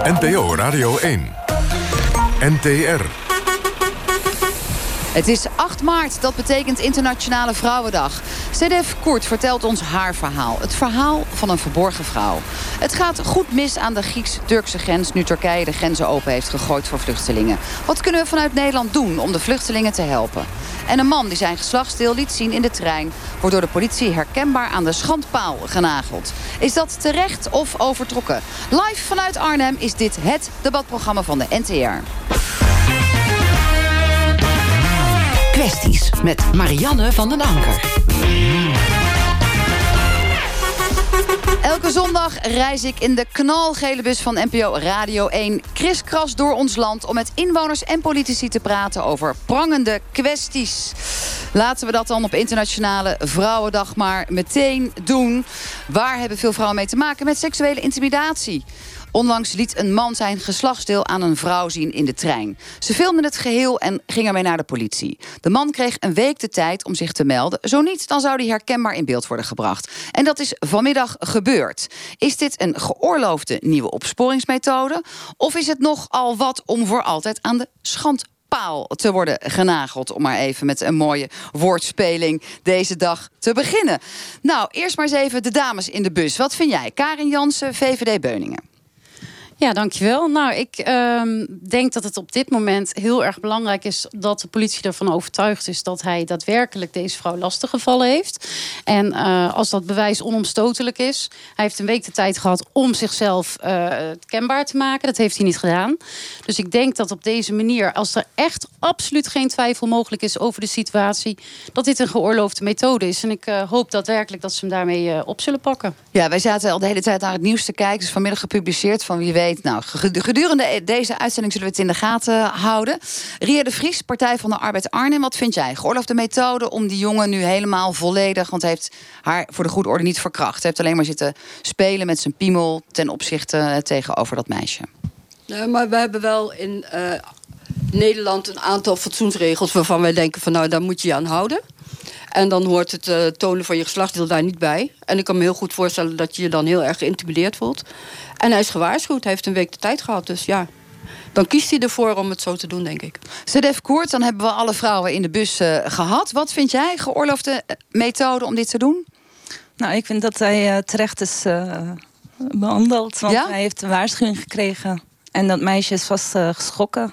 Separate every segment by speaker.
Speaker 1: NPO Radio 1. NTR.
Speaker 2: Het is 8 maart, dat betekent Internationale Vrouwendag. Sedef Koert vertelt ons haar verhaal. Het verhaal van een verborgen vrouw. Het gaat goed mis aan de Grieks-Turkse grens nu Turkije de grenzen open heeft gegooid voor vluchtelingen. Wat kunnen we vanuit Nederland doen om de vluchtelingen te helpen? En een man die zijn geslachtsdeel liet zien in de trein wordt door de politie herkenbaar aan de schandpaal genageld. Is dat terecht of overtrokken? Live vanuit Arnhem is dit het debatprogramma van de NTR.
Speaker 3: Kwesties met Marianne van den Anker.
Speaker 2: Elke zondag reis ik in de knalgele bus van NPO Radio 1... kriskras door ons land om met inwoners en politici te praten over prangende kwesties. Laten we dat dan op Internationale Vrouwendag maar meteen doen. Waar hebben veel vrouwen mee te maken? Met seksuele intimidatie. Onlangs liet een man zijn geslachtsdeel aan een vrouw zien in de trein. Ze filmden het geheel en gingen ermee naar de politie. De man kreeg een week de tijd om zich te melden. Zo niet, dan zou hij herkenbaar in beeld worden gebracht. En dat is vanmiddag gebeurd. Is dit een geoorloofde nieuwe opsporingsmethode? Of is het nogal wat om voor altijd aan de schandpaal te worden genageld? Om maar even met een mooie woordspeling deze dag te beginnen. Nou, eerst maar eens even de dames in de bus. Wat vind jij? Karin Jansen, VVD Beuningen.
Speaker 4: Ja, dankjewel. Nou, ik denk dat het op dit moment heel erg belangrijk is dat de politie ervan overtuigd is dat hij daadwerkelijk deze vrouw lastiggevallen heeft. En als dat bewijs onomstotelijk is, hij heeft een week de tijd gehad om zichzelf kenbaar te maken. Dat heeft hij niet gedaan. Dus ik denk dat op deze manier, als er echt absoluut geen twijfel mogelijk is over de situatie, dat dit een geoorloofde methode is. En ik hoop daadwerkelijk dat ze hem daarmee op zullen pakken.
Speaker 2: Ja, wij zaten al de hele tijd naar het nieuws te kijken. Het is vanmiddag gepubliceerd van wie weet. Nou, gedurende deze uitzending zullen we het in de gaten houden. Ria de Vries, Partij van de Arbeid Arnhem. Wat vind jij? Geoorloofde methode om die jongen nu helemaal volledig, want hij heeft haar voor de goede orde niet verkracht. Hij heeft alleen maar zitten spelen met zijn piemel ten opzichte tegenover dat meisje.
Speaker 5: Maar we hebben wel in Nederland een aantal fatsoensregels waarvan wij denken van nou, daar moet je je aan houden. En dan hoort het tonen van je geslachtsdeel daar niet bij. En ik kan me heel goed voorstellen dat je je dan heel erg geïntimideerd voelt. En hij is gewaarschuwd, hij heeft een week de tijd gehad. Dus ja, dan kiest hij ervoor om het zo te doen, denk ik.
Speaker 2: Sedef Koert, dan hebben we alle vrouwen in de bus gehad. Wat vind jij, geoorloofde methode om dit te doen?
Speaker 6: Nou, ik vind dat hij terecht is behandeld. Want hij heeft een waarschuwing gekregen. En dat meisje is vast geschrokken.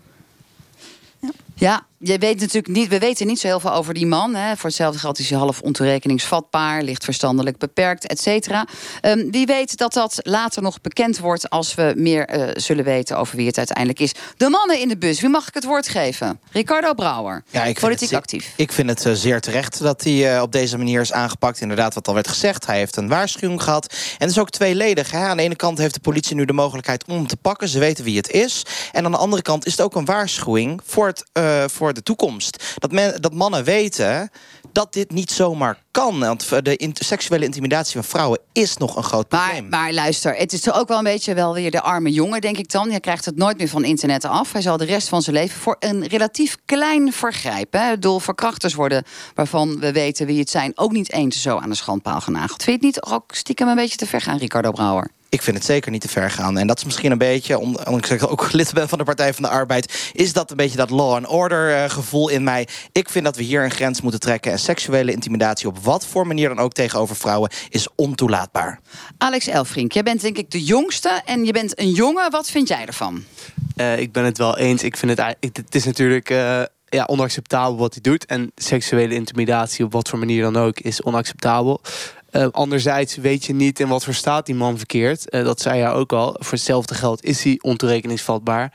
Speaker 2: Ja, je weet natuurlijk niet, we weten niet zo heel veel over die man. Hè. Voor hetzelfde geld is hij half ontoerekeningsvatbaar, licht verstandelijk beperkt, et cetera. Wie weet dat dat later nog bekend wordt als we meer zullen weten over wie het uiteindelijk is. De mannen in de bus, wie mag ik het woord geven? Ricardo Brouwer, politiek actief.
Speaker 7: Ik vind het zeer terecht dat hij op deze manier is aangepakt. Inderdaad, wat al werd gezegd. Hij heeft een waarschuwing gehad. En het is ook tweeledig. Hè. Aan de ene kant heeft de politie nu de mogelijkheid om hem te pakken. Ze weten wie het is. En aan de andere kant is het ook een waarschuwing voor de toekomst. Dat mannen weten dat dit niet zomaar kan. Want de seksuele intimidatie van vrouwen is nog een groot probleem.
Speaker 2: Maar luister, het is toch ook wel een beetje wel weer de arme jongen, denk ik dan. Hij krijgt het nooit meer van internet af. Hij zal de rest van zijn leven voor een relatief klein vergrijp, hè, door verkrachters worden, waarvan we weten wie het zijn, ook niet eens zo aan de schandpaal genageld. Vind je het niet ook stiekem een beetje te ver gaan, Ricardo Brouwer?
Speaker 7: Ik vind het zeker niet te ver gaan. En dat is misschien een beetje, omdat ik ook lid ben van de Partij van de Arbeid, is dat een beetje dat law and order gevoel in mij. Ik vind dat we hier een grens moeten trekken. En seksuele intimidatie op wat voor manier dan ook tegenover vrouwen is ontoelaatbaar.
Speaker 2: Alex Elfrink, jij bent denk ik de jongste en je bent een jongen. Wat vind jij ervan?
Speaker 8: Ik ben het wel eens. Ik vind het is natuurlijk onacceptabel wat hij doet. En seksuele intimidatie op wat voor manier dan ook is onacceptabel. Anderzijds weet je niet in wat voor staat die man verkeert. Dat zei hij ook al. Voor hetzelfde geld is hij ontoerekeningsvatbaar.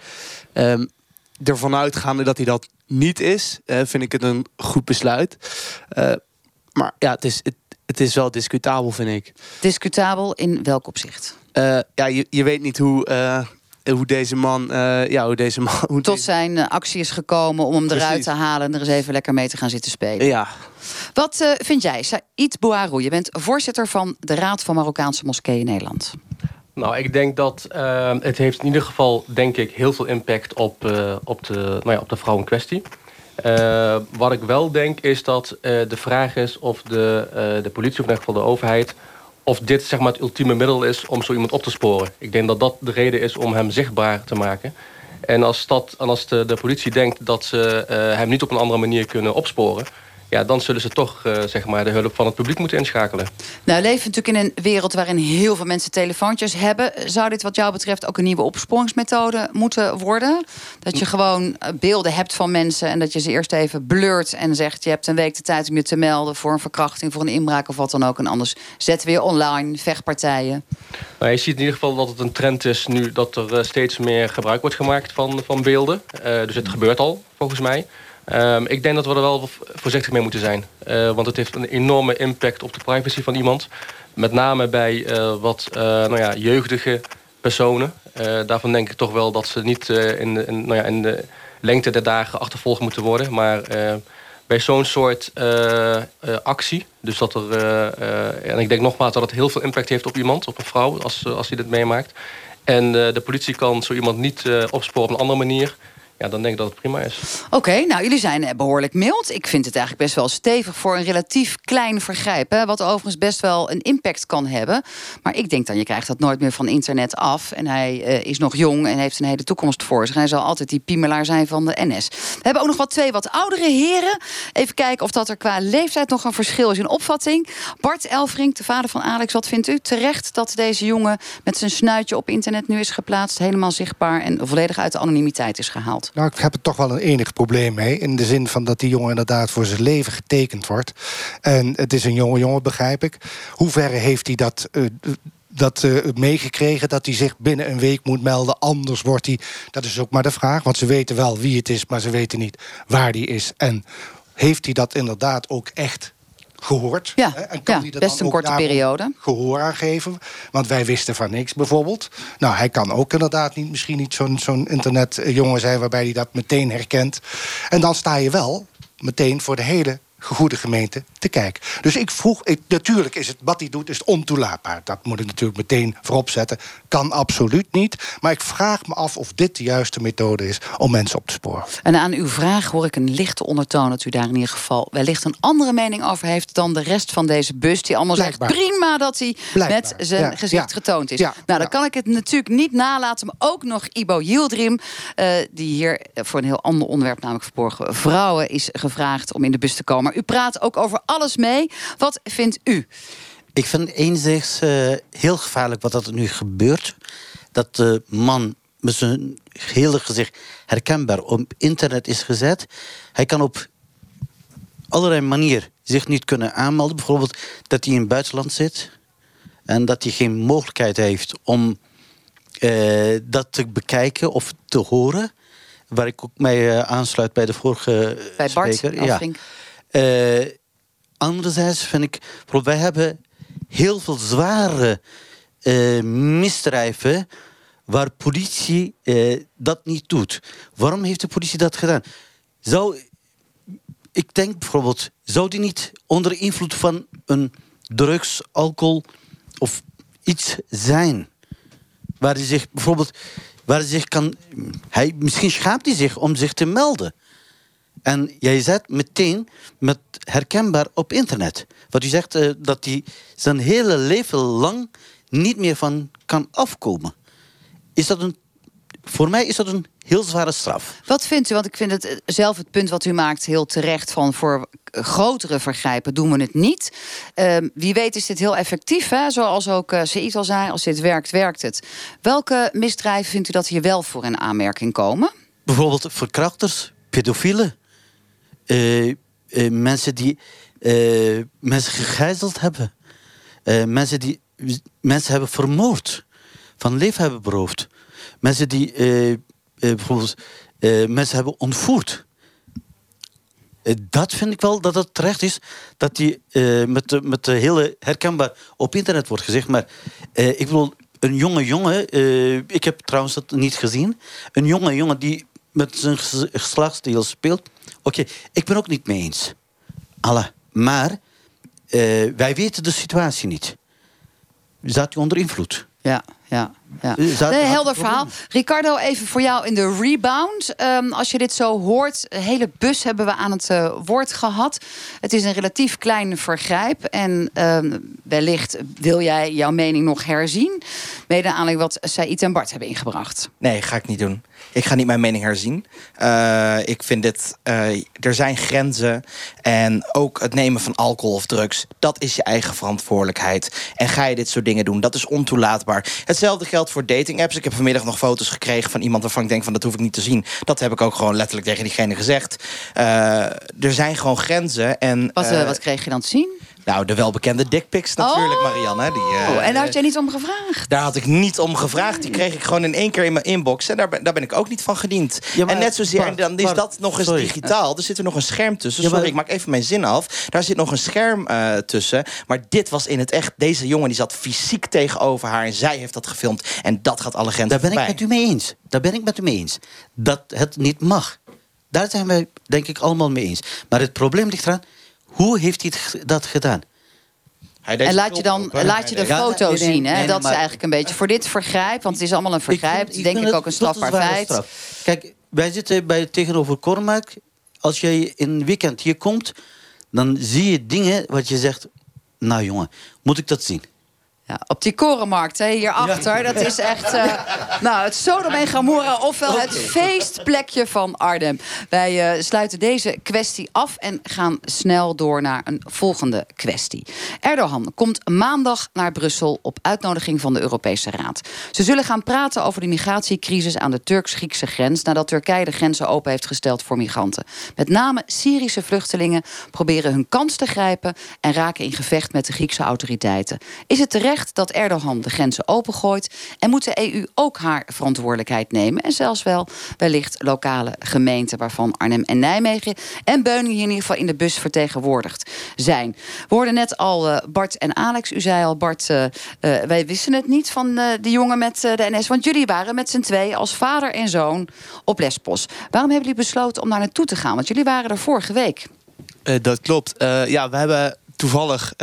Speaker 8: Ervan uitgaande dat hij dat niet is, vind ik het een goed besluit. Maar ja, het is wel discutabel, vind ik.
Speaker 2: Discutabel in welk opzicht?
Speaker 8: Je weet niet hoe deze man
Speaker 2: tot zijn actie is gekomen om hem eruit te halen en er eens even lekker mee te gaan zitten spelen.
Speaker 8: Ja.
Speaker 2: Wat vind jij, Saïd Bouharou? Je bent voorzitter van de Raad van Marokkaanse Moskeeën in Nederland.
Speaker 9: Nou, ik denk dat het heeft in ieder geval, denk ik, heel veel impact op de vrouw in kwestie. Wat ik wel denk is dat de vraag is of de politie, of in ieder geval de overheid, of dit zeg maar het ultieme middel is om zo iemand op te sporen. Ik denk dat dat de reden is om hem zichtbaar te maken. En als de politie denkt dat ze hem niet op een andere manier kunnen opsporen, ja, dan zullen ze toch zeg maar de hulp van het publiek moeten inschakelen. Nou, we leven natuurlijk in een wereld waarin heel veel mensen telefoontjes hebben. Zou dit wat jou betreft ook een nieuwe opsporingsmethode moeten worden? Dat je gewoon beelden hebt van mensen en dat je ze eerst even blurt en zegt, je hebt een week de tijd om je te melden voor een verkrachting, voor een inbraak of wat dan ook. En anders zetten we weer online, vechtpartijen. Nou, je ziet in ieder geval dat het een trend is nu dat er steeds meer gebruik wordt gemaakt van beelden. Dus het gebeurt al, volgens mij. Ik denk dat we er wel voorzichtig mee moeten zijn. Want het heeft een enorme impact op de privacy van iemand. Met name bij jeugdige personen. Daarvan denk ik toch wel dat ze niet in de lengte der dagen achtervolgd moeten worden. Maar bij zo'n soort actie. Dus dat er. En ik denk nogmaals dat het heel veel impact heeft op iemand, op een vrouw, als hij dit meemaakt. En de politie kan zo iemand niet opsporen op een andere manier. Ja, dan denk ik dat het prima is. Oké, nou, jullie zijn behoorlijk mild. Ik vind het eigenlijk best wel stevig voor een relatief klein vergrijp. Hè, wat overigens best wel een impact kan hebben. Maar ik denk dan, je krijgt dat nooit meer van internet af. En hij is nog jong en heeft een hele toekomst voor zich. En hij zal altijd die piemelaar zijn van de NS. We hebben ook nog twee wat oudere heren. Even kijken of dat er qua leeftijd nog een verschil is in opvatting. Bart Elfrink, de vader van Alex. Wat vindt u? Terecht dat deze jongen met zijn snuitje op internet nu is geplaatst. Helemaal zichtbaar en volledig uit de anonimiteit is gehaald.
Speaker 10: Nou, ik heb er toch wel een enig probleem mee. In de zin van dat die jongen inderdaad voor zijn leven getekend wordt. En het is een jonge jongen, begrijp ik. Hoe ver heeft hij dat meegekregen, dat hij zich binnen een week moet melden? Anders wordt hij... Dat is ook maar de vraag, want ze weten wel wie het is, maar ze weten niet waar die is. En heeft hij dat inderdaad ook echt gehoord?
Speaker 2: Ja,
Speaker 10: en kan hij er
Speaker 2: best
Speaker 10: dan
Speaker 2: een korte periode.
Speaker 10: Gehoor aan geven? Want wij wisten van niks bijvoorbeeld. Nou, hij kan ook inderdaad misschien niet zo'n internetjongen zijn waarbij hij dat meteen herkent. En dan sta je wel meteen voor de hele goede gemeente te kijken. Dus natuurlijk is het, wat hij doet, is ontoelaatbaar. Dat moet ik natuurlijk meteen voorop zetten. Kan absoluut niet. Maar ik vraag me af of dit de juiste methode is om mensen op te sporen.
Speaker 2: En aan uw vraag hoor ik een lichte ondertoon dat u daar in ieder geval wellicht een andere mening over heeft dan de rest van deze bus, die allemaal zegt prima dat hij met zijn gezicht getoond is. Nou, dan kan ik het natuurlijk niet nalaten, maar ook nog Ibo Yildirim, die hier voor een heel ander onderwerp, namelijk verborgen vrouwen, is gevraagd om in de bus te komen. Maar u praat ook over alles mee. Wat vindt u?
Speaker 11: Ik vind enerzijds heel gevaarlijk wat er nu gebeurt. Dat de man met zijn hele gezicht herkenbaar op internet is gezet. Hij kan op allerlei manieren zich niet kunnen aanmelden. Bijvoorbeeld dat hij in het buitenland zit. En dat hij geen mogelijkheid heeft om dat te bekijken of te horen. Waar ik ook mij aansluit bij de vorige spreker.
Speaker 2: Bart Elfrink.
Speaker 11: Anderzijds vind ik, wij hebben heel veel zware misdrijven waar politie dat niet doet. Waarom heeft de politie dat gedaan? Ik denk bijvoorbeeld, zou die niet onder invloed van een drugs, alcohol of iets zijn? Waar hij zich bijvoorbeeld, misschien schaamt hij zich om zich te melden. En jij zet meteen met herkenbaar op internet. Wat u zegt, dat hij zijn hele leven lang niet meer van kan afkomen. Voor mij is dat een heel zware straf.
Speaker 2: Wat vindt u? Want ik vind het zelf het punt wat u maakt heel terecht van voor grotere vergrijpen doen we het niet. Wie weet is dit heel effectief, hè? Zoals ook Saïd al zei, als dit werkt, werkt het. Welke misdrijven vindt u dat hier wel voor in aanmerking komen?
Speaker 11: Bijvoorbeeld verkrachters, pedofielen. Mensen die mensen gegijzeld hebben. Mensen die mensen hebben vermoord. Van leven hebben beroofd. Mensen die bijvoorbeeld mensen hebben ontvoerd. Dat vind ik wel dat het terecht is dat die met de hele herkenbaar op internet wordt gezegd. Maar ik bedoel, een jonge jongen, ik heb trouwens dat niet gezien. Een jonge jongen die met zijn geslachtsdeel speelt. Oké, ik ben ook niet mee eens. Maar wij weten de situatie niet. Staat u onder invloed?
Speaker 2: Ja, Ja. Helder verhaal. Ricardo, even voor jou in de rebound. Als je dit zo hoort, een hele bus hebben we aan het woord gehad. Het is een relatief klein vergrijp. En wellicht wil jij jouw mening nog herzien. Mede aan aanleiding wat Saïd en Bart hebben ingebracht.
Speaker 7: Nee, ga ik niet doen. Ik ga niet mijn mening herzien. Ik vind dit... er zijn grenzen. En ook het nemen van alcohol of drugs. Dat is je eigen verantwoordelijkheid. En ga je dit soort dingen doen, dat is ontoelaatbaar. Hetzelfde geldt voor dating apps. Ik heb vanmiddag nog foto's gekregen van iemand waarvan ik denk van dat hoef ik niet te zien. Dat heb ik ook gewoon letterlijk tegen diegene gezegd. Er zijn gewoon grenzen. En,
Speaker 2: wat kreeg je dan te zien?
Speaker 7: Nou, de welbekende dickpics natuurlijk, Marianne.
Speaker 2: En daar had jij niet om gevraagd?
Speaker 7: Daar had ik niet om gevraagd. Die kreeg ik gewoon in één keer in mijn inbox. En daar ben ik ook niet van gediend. Ja, en net zozeer, en dan is dat nog eens digitaal. Er zit er nog een scherm tussen. Sorry, ik maak even mijn zin af. Daar zit nog een scherm tussen. Maar dit was in het echt. Deze jongen die zat fysiek tegenover haar. En zij heeft dat gefilmd. En dat gaat alle grenzen voorbij.
Speaker 11: Daar ben ik met u mee eens. Dat het niet mag. Daar zijn wij, denk ik, allemaal mee eens. Maar het probleem ligt eraan, hoe heeft hij dat gedaan?
Speaker 2: En laat je de foto zien. Hè? Dat is eigenlijk een beetje voor dit vergrijp. Want het is allemaal een vergrijp. Denk ik ook een strafbaar feit.
Speaker 11: Kijk, wij zitten tegenover Cormac. Als jij in een weekend hier komt, dan zie je dingen wat je zegt. Nou jongen, moet ik dat zien?
Speaker 2: Ja, op die korenmarkt hierachter. Ja. Dat is echt het Sodom en Gomorra, ofwel het feestplekje van Arnhem. Wij sluiten deze kwestie af en gaan snel door naar een volgende kwestie. Erdogan komt maandag naar Brussel op uitnodiging van de Europese Raad. Ze zullen gaan praten over de migratiecrisis aan de Turks-Griekse grens, nadat Turkije de grenzen open heeft gesteld voor migranten. Met name Syrische vluchtelingen proberen hun kans te grijpen en raken in gevecht met de Griekse autoriteiten. Is het terecht dat Erdogan de grenzen opengooit en moet de EU ook haar verantwoordelijkheid nemen en zelfs wellicht lokale gemeenten waarvan Arnhem en Nijmegen en Beuningen hier in ieder geval in de bus vertegenwoordigd zijn. We hoorden net al Bart en Alex. U zei al, Bart, wij wisten het niet van de jongen met de NS, want jullie waren met z'n twee als vader en zoon op Lesbos. Waarom hebben jullie besloten om daar naartoe te gaan? Want jullie waren er vorige week.
Speaker 8: Dat klopt. We hebben toevallig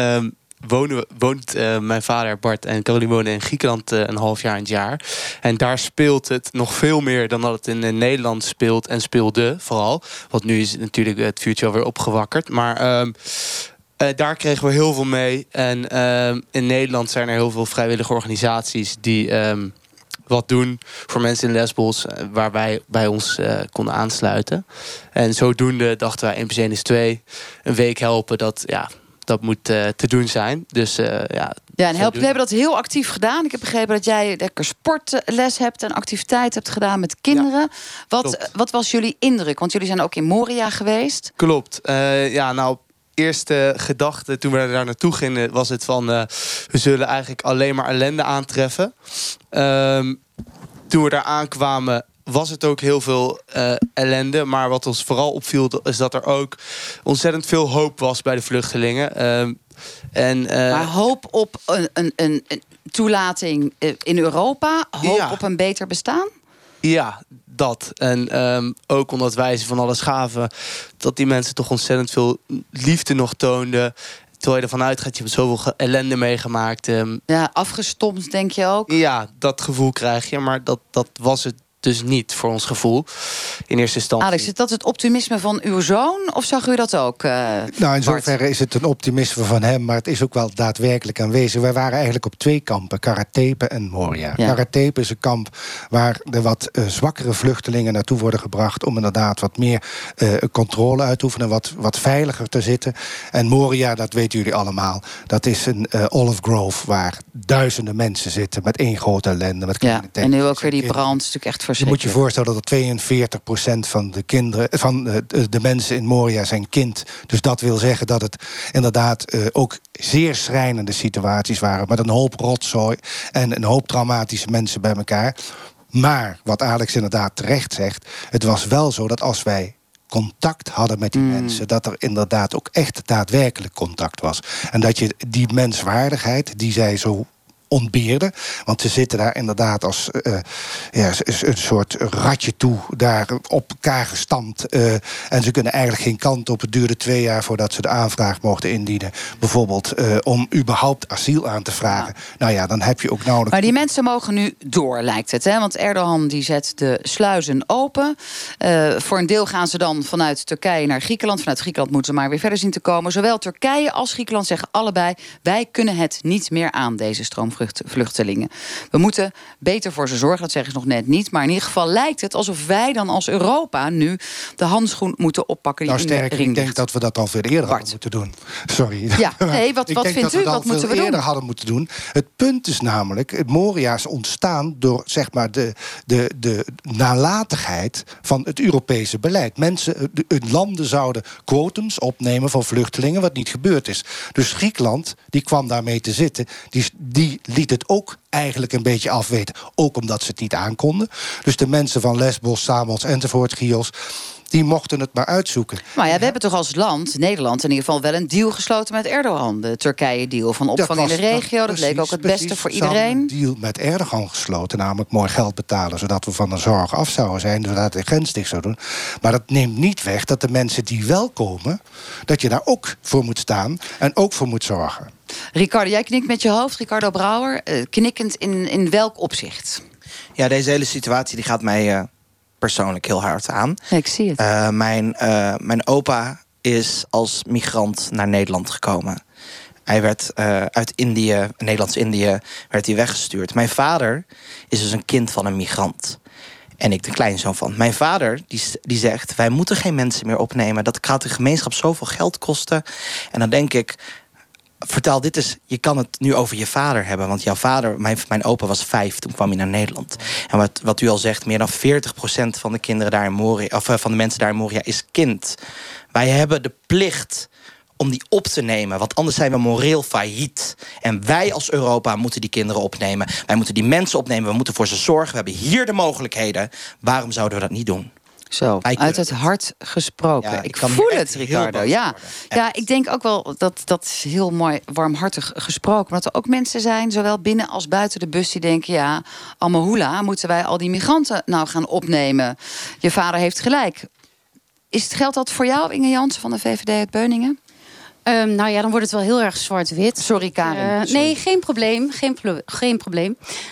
Speaker 8: woont mijn vader Bart en Caroline wonen in Griekenland een half jaar in het jaar. En daar speelt het nog veel meer dan dat het in Nederland speelt en speelde vooral. Want nu is natuurlijk het vuurtje alweer opgewakkerd. Maar daar kregen we heel veel mee. En in Nederland zijn er heel veel vrijwillige organisaties die wat doen voor mensen in Lesbos waar wij bij ons konden aansluiten. En zodoende dachten wij 1 + 1 = 2. Een week helpen, dat moet te doen zijn. Dus
Speaker 2: we hebben dat heel actief gedaan. Ik heb begrepen dat jij lekker sportles hebt en activiteit hebt gedaan met kinderen. Wat was jullie indruk? Want jullie zijn ook in Moria geweest.
Speaker 8: Klopt. Eerste gedachte toen we daar naartoe gingen was het van we zullen eigenlijk alleen maar ellende aantreffen. Toen we daar aankwamen was het ook heel veel ellende. Maar wat ons vooral opviel is dat er ook ontzettend veel hoop was bij de vluchtelingen. Maar
Speaker 2: hoop op een toelating in Europa? Hoop op een beter bestaan?
Speaker 8: Ja, dat. En ook omdat wij ze van alles gaven, dat die mensen toch ontzettend veel liefde nog toonden. Terwijl je ervan uitgaat, je hebt zoveel ellende meegemaakt.
Speaker 2: Afgestompt denk je ook?
Speaker 8: Ja, dat gevoel krijg je. Maar dat was het dus niet voor ons gevoel in eerste instantie.
Speaker 2: Alex, is dat het optimisme van uw zoon? Of zag u dat ook,
Speaker 10: in zoverre is het een optimisme van hem, maar het is ook wel daadwerkelijk aanwezig. Wij waren eigenlijk op 2 kampen, Karatepe en Moria. Ja. Karatepe is een kamp waar de wat zwakkere vluchtelingen naartoe worden gebracht om inderdaad wat meer controle uit te oefenen, wat veiliger te zitten. En Moria, dat weten jullie allemaal, dat is een olive grove waar duizenden mensen zitten met 1 grote ellende. Met
Speaker 2: en nu ook weer die brand, is natuurlijk echt.
Speaker 10: Je moet je voorstellen dat 42% van de kinderen, van de mensen in Moria zijn kind. Dus dat wil zeggen dat het inderdaad ook zeer schrijnende situaties waren. Met een hoop rotzooi en een hoop traumatische mensen bij elkaar. Maar wat Alex inderdaad terecht zegt, het was wel zo dat als wij contact hadden met die mensen, dat er inderdaad ook echt daadwerkelijk contact was. En dat je die menswaardigheid die zij zo ontbeerden. Want ze zitten daar inderdaad als een soort ratje toe, daar op elkaar gestampt. En ze kunnen eigenlijk geen kant op. Het duurde 2 jaar voordat ze de aanvraag mochten indienen. Bijvoorbeeld om überhaupt asiel aan te vragen. Ja. Nou ja, dan heb je ook nauwelijks...
Speaker 2: Maar die mensen mogen nu door, lijkt het. Hè? Want Erdogan die zet de sluizen open. Voor een deel gaan ze dan vanuit Turkije naar Griekenland. Vanuit Griekenland moeten ze maar weer verder zien te komen. Zowel Turkije als Griekenland zeggen allebei: wij kunnen het niet meer aan, deze stroomvluchtelingen. We moeten beter voor ze zorgen, dat zeggen ze nog net niet. Maar in ieder geval lijkt het alsof wij dan als Europa nu de handschoen moeten oppakken. Die
Speaker 10: sterker, ik denk dat we dat al veel eerder hadden moeten doen. Sorry.
Speaker 2: Ja, nee, wat vindt u? Wat moeten we doen?
Speaker 10: Eerder hadden moeten doen. Het punt is namelijk, het Moria is ontstaan door zeg maar de nalatigheid van het Europese beleid. Landen zouden quotums opnemen van vluchtelingen, wat niet gebeurd is. Dus Griekenland, die kwam daarmee te zitten, die liet het ook eigenlijk een beetje afweten. Ook omdat ze het niet aankonden. Dus de mensen van Lesbos, Samos enzovoort, Chios, die mochten het maar uitzoeken.
Speaker 2: Maar ja, we hebben toch als land, Nederland, in ieder geval wel een deal gesloten met Erdogan. De Turkije-deal van opvang in de regio. Dat leek ook het beste voor iedereen.
Speaker 10: Een deal met Erdogan gesloten, namelijk mooi geld betalen, zodat we van de zorg af zouden zijn, zodat de grens dicht zou doen. Maar dat neemt niet weg dat de mensen die wel komen, dat je daar ook voor moet staan en ook voor moet zorgen.
Speaker 2: Ricardo, jij knikt met je hoofd. Ricardo Brouwer, knikkend in welk opzicht?
Speaker 7: Ja, deze hele situatie die gaat mij persoonlijk heel hard aan.
Speaker 2: Ja, ik zie het.
Speaker 7: Mijn opa is als migrant naar Nederland gekomen. Hij werd uit Indië, Nederlands-Indië, werd hij weggestuurd. Mijn vader is dus een kind van een migrant. En ik de kleinzoon van. Mijn vader die zegt: wij moeten geen mensen meer opnemen. Dat gaat de gemeenschap zoveel geld kosten. En dan denk ik, vertel dit eens, je kan het nu over je vader hebben. Want jouw vader, mijn opa was 5, toen kwam hij naar Nederland. En wat u al zegt, meer dan 40% van de kinderen daar in Moria, of van de mensen daar in Moria is kind. Wij hebben de plicht om die op te nemen, want anders zijn we moreel failliet. En wij als Europa moeten die kinderen opnemen. Wij moeten die mensen opnemen, we moeten voor ze zorgen. We hebben hier de mogelijkheden. Waarom zouden we dat niet doen?
Speaker 2: Zo, uit het hart gesproken.
Speaker 7: Ja,
Speaker 2: ik voel het, Ricardo. Ja, ik denk ook wel dat is heel mooi warmhartig gesproken. Maar dat er ook mensen zijn, zowel binnen als buiten de bus, die denken: ja, Amahula, moeten wij al die migranten nou gaan opnemen? Je vader heeft gelijk. Geldt dat voor jou, Inge Jansen van de VVD uit Beuningen?
Speaker 4: Nou ja, dan wordt het wel heel erg zwart-wit.
Speaker 2: Sorry, Karin.
Speaker 4: Nee, geen probleem. Geen probleem.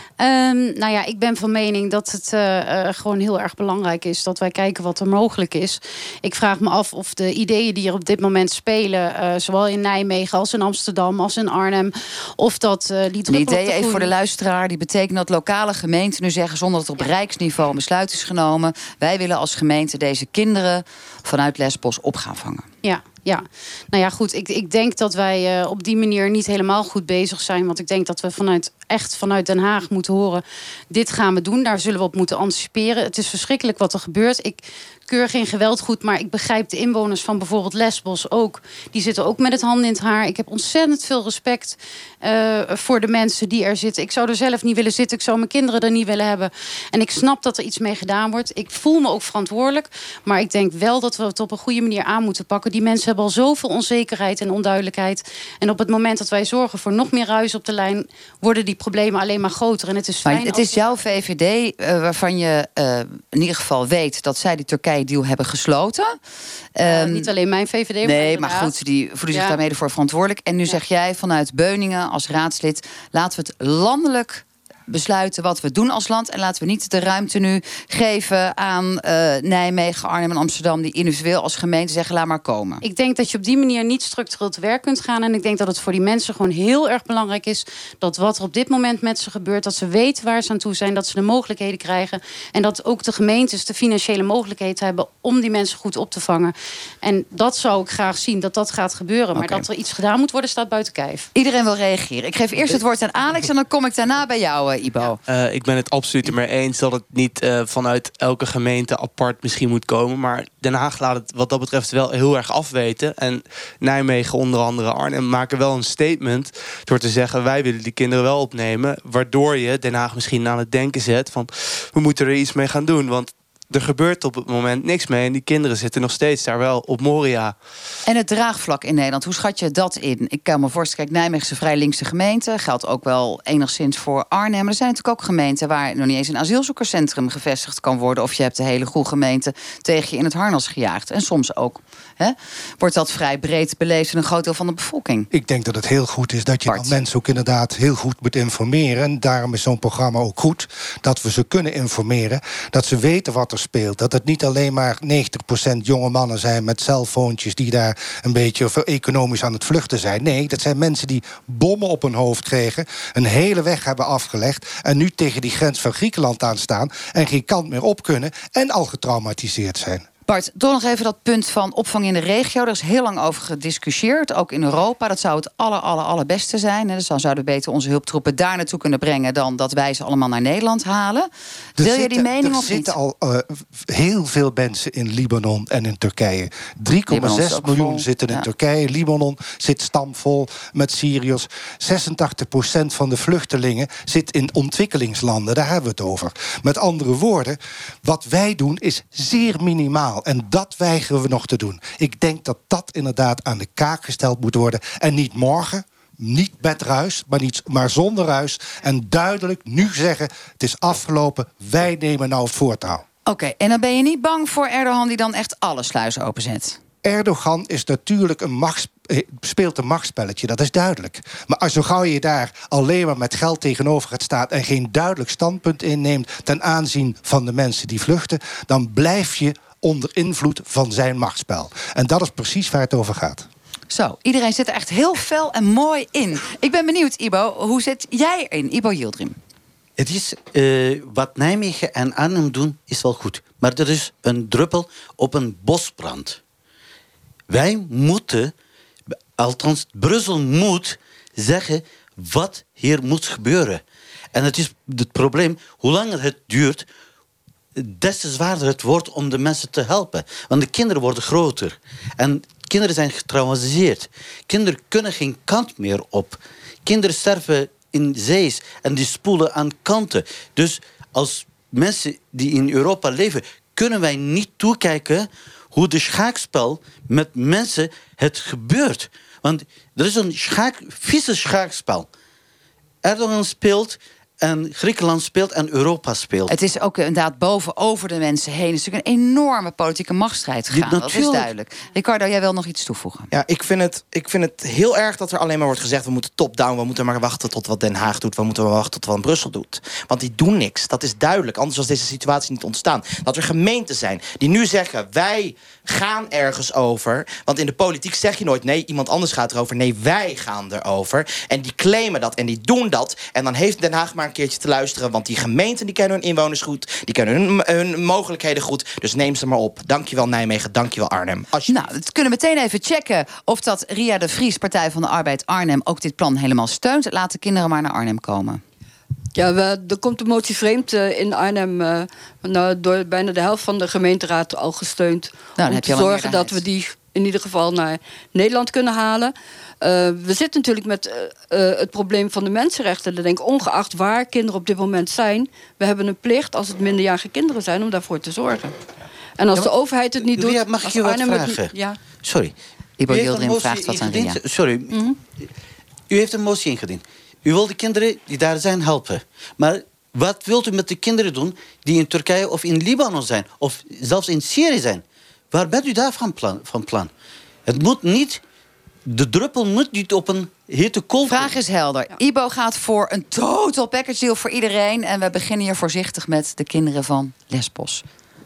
Speaker 4: Nou ja, ik ben van mening dat het gewoon heel erg belangrijk is dat wij kijken wat er mogelijk is. Ik vraag me af of de ideeën die er op dit moment spelen, zowel in Nijmegen als in Amsterdam als in Arnhem, of dat die
Speaker 2: druppel op de ideeën, even voor de luisteraar, die betekenen dat lokale gemeenten nu zeggen, zonder dat op rijksniveau een besluit is genomen: wij willen als gemeente deze kinderen vanuit Lesbos op gaan vangen.
Speaker 4: Ja, nou ja, goed. Ik denk dat wij op die manier niet helemaal goed bezig zijn. Want ik denk dat we vanuit Den Haag moeten horen: dit gaan we doen. Daar zullen we op moeten anticiperen. Het is verschrikkelijk wat er gebeurt. Ik keur geen geweld goed, maar ik begrijp de inwoners van bijvoorbeeld Lesbos ook. Die zitten ook met het handen in het haar. Ik heb ontzettend veel respect voor de mensen die er zitten. Ik zou er zelf niet willen zitten. Ik zou mijn kinderen er niet willen hebben. En ik snap dat er iets mee gedaan wordt. Ik voel me ook verantwoordelijk. Maar ik denk wel dat we het op een goede manier aan moeten pakken. Die mensen hebben al zoveel onzekerheid en onduidelijkheid. En op het moment dat wij zorgen voor nog meer ruis op de lijn, worden die problemen alleen maar groter. En het is fijn.
Speaker 2: Maar het is jouw VVD waarvan je in ieder geval weet dat zij die Turkije-deal hebben gesloten.
Speaker 4: Niet alleen mijn VVD.
Speaker 2: Nee, maar goed, die voelen zich daarmee voor verantwoordelijk. En nu zeg jij vanuit Beuningen als raadslid: laten we het landelijk besluiten wat we doen als land. En laten we niet de ruimte nu geven aan Nijmegen, Arnhem en Amsterdam, die individueel als gemeente zeggen: laat maar komen.
Speaker 4: Ik denk dat je op die manier niet structureel te werk kunt gaan. En ik denk dat het voor die mensen gewoon heel erg belangrijk is dat wat er op dit moment met ze gebeurt, dat ze weten waar ze aan toe zijn, dat ze de mogelijkheden krijgen. En dat ook de gemeentes de financiële mogelijkheid hebben om die mensen goed op te vangen. En dat zou ik graag zien, dat gaat gebeuren. Maar dat er iets gedaan moet worden, staat buiten kijf.
Speaker 2: Iedereen wil reageren. Ik geef eerst het woord aan Alex en dan kom ik daarna bij jou, Ibo.
Speaker 8: Ik ben het absoluut ermee eens dat het niet vanuit elke gemeente apart misschien moet komen. Maar Den Haag laat het wat dat betreft wel heel erg afweten. En Nijmegen, onder andere Arnhem, maken wel een statement door te zeggen: wij willen die kinderen wel opnemen. Waardoor je Den Haag misschien aan het denken zet van: we moeten er iets mee gaan doen. Want er gebeurt op het moment niks mee. En die kinderen zitten nog steeds daar wel op Moria.
Speaker 2: En het draagvlak in Nederland, hoe schat je dat in? Ik kan me voorstellen, kijk, Nijmegen is een vrij linkse gemeente. Geldt ook wel enigszins voor Arnhem. Maar er zijn natuurlijk ook gemeenten waar nog niet eens een asielzoekerscentrum gevestigd kan worden. Of je hebt de hele goede gemeente tegen je in het harnas gejaagd. En soms ook wordt dat vrij breed beleefd in een groot deel van de bevolking.
Speaker 10: Ik denk dat het heel goed is dat je dan mensen ook inderdaad heel goed moet informeren. En daarom is zo'n programma ook goed. Dat we ze kunnen informeren. Dat ze weten wat er speelt. Dat het niet alleen maar 90% jonge mannen zijn met cellfoontjes die daar een beetje economisch aan het vluchten zijn. Nee, dat zijn mensen die bommen op hun hoofd kregen, een hele weg hebben afgelegd en nu tegen die grens van Griekenland aanstaan en geen kant meer op kunnen en al getraumatiseerd zijn.
Speaker 2: Bart, toch nog even dat punt van opvang in de regio. Er is heel lang over gediscussieerd, ook in Europa. Dat zou het allerbeste zijn. Dus dan zouden we beter onze hulptroepen daar naartoe kunnen brengen dan dat wij ze allemaal naar Nederland halen. Deel je die mening of niet?
Speaker 10: Er zitten al heel veel mensen in Libanon en in Turkije. 3,6 miljoen zitten in Turkije. Libanon zit stampvol met Syriërs. 86% van de vluchtelingen zit in ontwikkelingslanden. Daar hebben we het over. Met andere woorden, wat wij doen is zeer minimaal. En dat weigeren we nog te doen. Ik denk dat dat inderdaad aan de kaak gesteld moet worden. En niet morgen, niet met ruis, maar zonder ruis. En duidelijk nu zeggen, het is afgelopen, wij nemen nou het voortouw.
Speaker 2: Oké, en dan ben je niet bang voor Erdogan die dan echt alle sluizen openzet?
Speaker 10: Erdogan is natuurlijk speelt een machtsspelletje, dat is duidelijk. Maar zo gauw je daar alleen maar met geld tegenover gaat staan en geen duidelijk standpunt inneemt ten aanzien van de mensen die vluchten, dan blijf je onder invloed van zijn machtsspel. En dat is precies waar het over gaat.
Speaker 2: Zo, iedereen zit er echt heel fel en mooi in. Ik ben benieuwd, Ibo, hoe zit jij erin? Ibo Yildirim.
Speaker 11: Het is, wat Nijmegen en Arnhem doen, is wel goed. Maar er is een druppel op een bosbrand. Wij moeten, althans Brussel moet zeggen wat hier moet gebeuren. En het is het probleem, hoe langer het duurt, des te zwaarder het wordt om de mensen te helpen. Want de kinderen worden groter. En kinderen zijn getraumatiseerd. Kinderen kunnen geen kant meer op. Kinderen sterven in zees en die spoelen aan kanten. Dus als mensen die in Europa leven, kunnen wij niet toekijken hoe de schaakspel met mensen het gebeurt. Want er is een vieze schaakspel. Erdogan speelt en Griekenland speelt en Europa speelt.
Speaker 2: Het is ook inderdaad over de mensen heen. Het is natuurlijk een enorme politieke machtsstrijd gegaan. Dat is duidelijk. Ricardo, jij wil nog iets toevoegen?
Speaker 7: Ja, ik vind het heel erg dat er alleen maar wordt gezegd, we moeten top-down, we moeten maar wachten tot wat Den Haag doet, we moeten maar wachten tot wat Brussel doet. Want die doen niks, dat is duidelijk. Anders was deze situatie niet ontstaan. Dat er gemeenten zijn die nu zeggen, wij gaan ergens over. Want in de politiek zeg je nooit, nee, iemand anders gaat erover. Nee, wij gaan erover. En die claimen dat en die doen dat. En dan heeft Den Haag maar een keertje te luisteren, want die gemeenten die kennen hun inwoners goed, die kennen hun mogelijkheden goed. Dus neem ze maar op. Dankjewel Nijmegen, dankjewel Arnhem.
Speaker 2: Nou, we kunnen meteen even checken of dat Ria de Vries, Partij van de Arbeid Arnhem, ook dit plan helemaal steunt. Laat de kinderen maar naar Arnhem komen.
Speaker 5: Ja, er komt een motie vreemd in Arnhem door bijna de helft van de gemeenteraad al gesteund.
Speaker 2: Nou,
Speaker 5: om te zorgen dat we die in ieder geval naar Nederland kunnen halen. We zitten natuurlijk met het probleem van de mensenrechten. Ik denk, ongeacht waar kinderen op dit moment zijn, we hebben een plicht, als het minderjarige kinderen zijn, om daarvoor te zorgen. En als de overheid het niet doet...
Speaker 11: Mag ik je wat vragen? Sorry.
Speaker 2: Ibo Yildirim vraagt wat aan Ria.
Speaker 11: Sorry. U heeft een motie ingediend. U wil de kinderen die daar zijn helpen. Maar wat wilt u met de kinderen doen die in Turkije of in Libanon zijn? Of zelfs in Syrië zijn? Waar bent u daar van plan? Het moet niet... De druppel moet niet op een hete kool.
Speaker 2: Vraag is helder. Ibo gaat voor een total package deal voor iedereen. En we beginnen hier voorzichtig met de kinderen van Lesbos.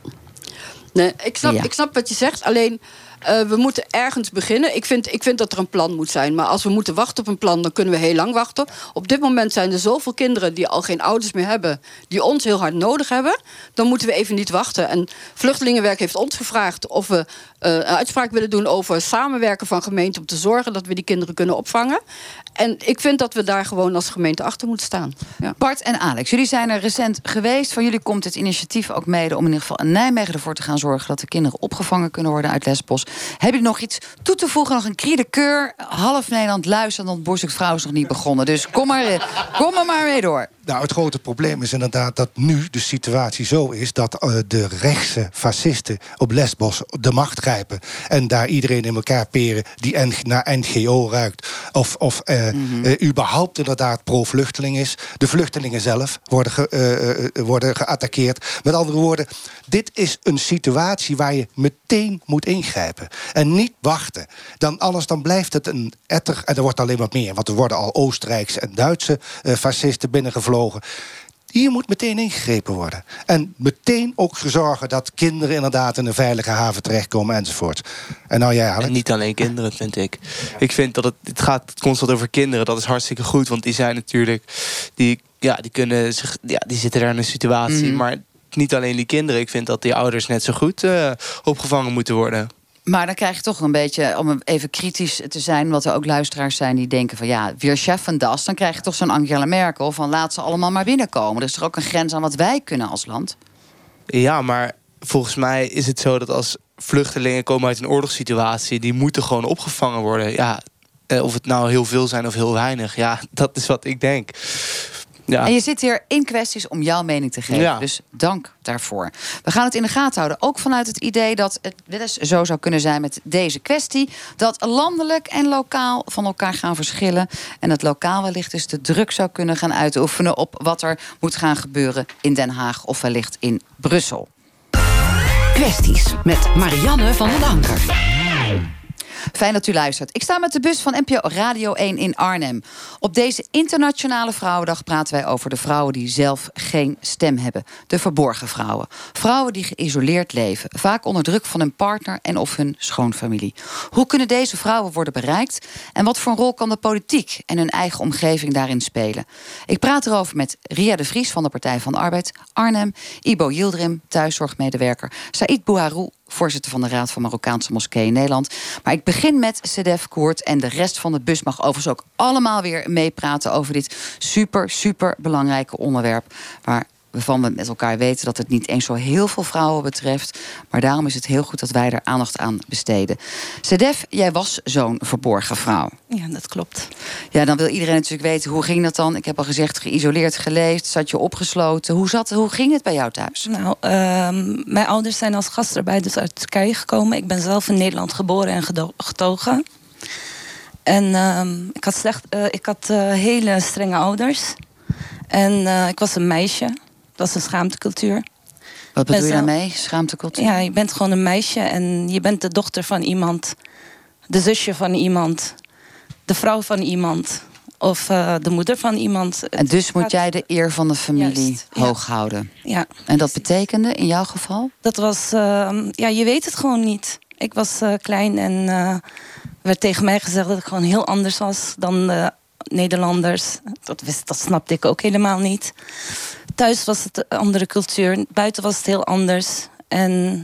Speaker 5: Nee, ik snap wat je zegt. Alleen, we moeten ergens beginnen. Ik vind dat er een plan moet zijn. Maar als we moeten wachten op een plan, dan kunnen we heel lang wachten. Op dit moment zijn er zoveel kinderen die al geen ouders meer hebben, die ons heel hard nodig hebben. Dan moeten we even niet wachten. En Vluchtelingenwerk heeft ons gevraagd of we een uitspraak willen doen over samenwerken van gemeenten om te zorgen dat we die kinderen kunnen opvangen. En ik vind dat we daar gewoon als gemeente achter moeten staan. Ja.
Speaker 2: Bart en Alex, jullie zijn er recent geweest. Van jullie komt het initiatief ook mede om in ieder geval in Nijmegen ervoor te gaan zorgen dat de kinderen opgevangen kunnen worden uit Lesbos. Heb je nog iets toe te voegen? Nog een cri de cœur? Half Nederland luistert, want Borsuk Vrouw is nog niet begonnen. Dus kom er maar mee door.
Speaker 10: Nou, het grote probleem is inderdaad dat nu de situatie zo is dat de rechtse fascisten op Lesbos de macht grijpen en daar iedereen in elkaar peren die naar NGO ruikt of überhaupt inderdaad pro-vluchteling is. De vluchtelingen zelf worden geattaqueerd. Met andere woorden, dit is een situatie waar je meteen moet ingrijpen en niet wachten. Dan blijft het een etter en er wordt alleen wat meer, want er worden al Oostenrijkse en Duitse fascisten binnengevlogen. Hier moet meteen ingegrepen worden. En meteen ook zorgen dat kinderen inderdaad in een veilige haven terechtkomen enzovoort. En nou jij, Alex?
Speaker 8: En niet alleen kinderen, vind ik. Ik vind dat het gaat constant over kinderen. Dat is hartstikke goed, want die zijn natuurlijk... Die zitten daar in een situatie. Maar niet alleen die kinderen. Ik vind dat die ouders net zo goed opgevangen moeten worden.
Speaker 2: Maar dan krijg je toch een beetje, om even kritisch te zijn, wat er ook luisteraars zijn die denken van ja, weer cheffen das. Dan krijg je toch zo'n Angela Merkel van laat ze allemaal maar binnenkomen. Er is toch ook een grens aan wat wij kunnen als land?
Speaker 8: Ja, maar volgens mij is het zo dat als vluchtelingen komen uit een oorlogssituatie, die moeten gewoon opgevangen worden. Ja, of het nou heel veel zijn of heel weinig. Ja, dat is wat ik denk. Ja.
Speaker 2: En je zit hier in kwesties om jouw mening te geven. Ja. Dus dank daarvoor. We gaan het in de gaten houden. Ook vanuit het idee dat het wel eens zo zou kunnen zijn met deze kwestie. Dat landelijk en lokaal van elkaar gaan verschillen. En dat lokaal wellicht dus de druk zou kunnen gaan uitoefenen op wat er moet gaan gebeuren in Den Haag of wellicht in Brussel.
Speaker 3: Kwesties met Marianne van den Anker.
Speaker 2: Fijn dat u luistert. Ik sta met de bus van NPO Radio 1 in Arnhem. Op deze Internationale Vrouwendag praten wij over de vrouwen die zelf geen stem hebben. De verborgen vrouwen. Vrouwen die geïsoleerd leven. Vaak onder druk van hun partner en of hun schoonfamilie. Hoe kunnen deze vrouwen worden bereikt? En wat voor een rol kan de politiek en hun eigen omgeving daarin spelen? Ik praat erover met Ria de Vries van de Partij van de Arbeid Arnhem. Ibo Yildirim, thuiszorgmedewerker. Saïd Bouharou, voorzitter van de Raad van Marokkaanse Moskeeën in Nederland. Maar ik begin met Sedef Koert. En de rest van de bus mag overigens ook allemaal weer meepraten over dit super belangrijke onderwerp. Waarvan we met elkaar weten dat het niet eens zo heel veel vrouwen betreft. Maar daarom is het heel goed dat wij er aandacht aan besteden. Sedef, jij was zo'n verborgen vrouw.
Speaker 6: Ja, dat klopt.
Speaker 2: Ja, dan wil iedereen natuurlijk weten, hoe ging dat dan? Ik heb al gezegd, geïsoleerd geleefd, zat je opgesloten. Hoe ging het bij jou thuis?
Speaker 6: Nou, mijn ouders zijn als gastarbeiders uit Turkije gekomen. Ik ben zelf in Nederland geboren en getogen. En ik had hele strenge ouders. En ik was een meisje. Dat is een schaamtecultuur.
Speaker 2: Wat bedoel je daarmee, schaamtecultuur?
Speaker 6: Ja, je bent gewoon een meisje en je bent de dochter van iemand. De zusje van iemand. De vrouw van iemand. Of de moeder van iemand.
Speaker 2: En dus moet jij de eer van de familie hoog houden.
Speaker 6: Ja.
Speaker 2: En dat betekende in jouw geval?
Speaker 6: Dat was, je weet het gewoon niet. Ik was klein en werd tegen mij gezegd dat ik gewoon heel anders was dan de Nederlanders. Dat snapte ik ook helemaal niet. Thuis was het een andere cultuur. Buiten was het heel anders. En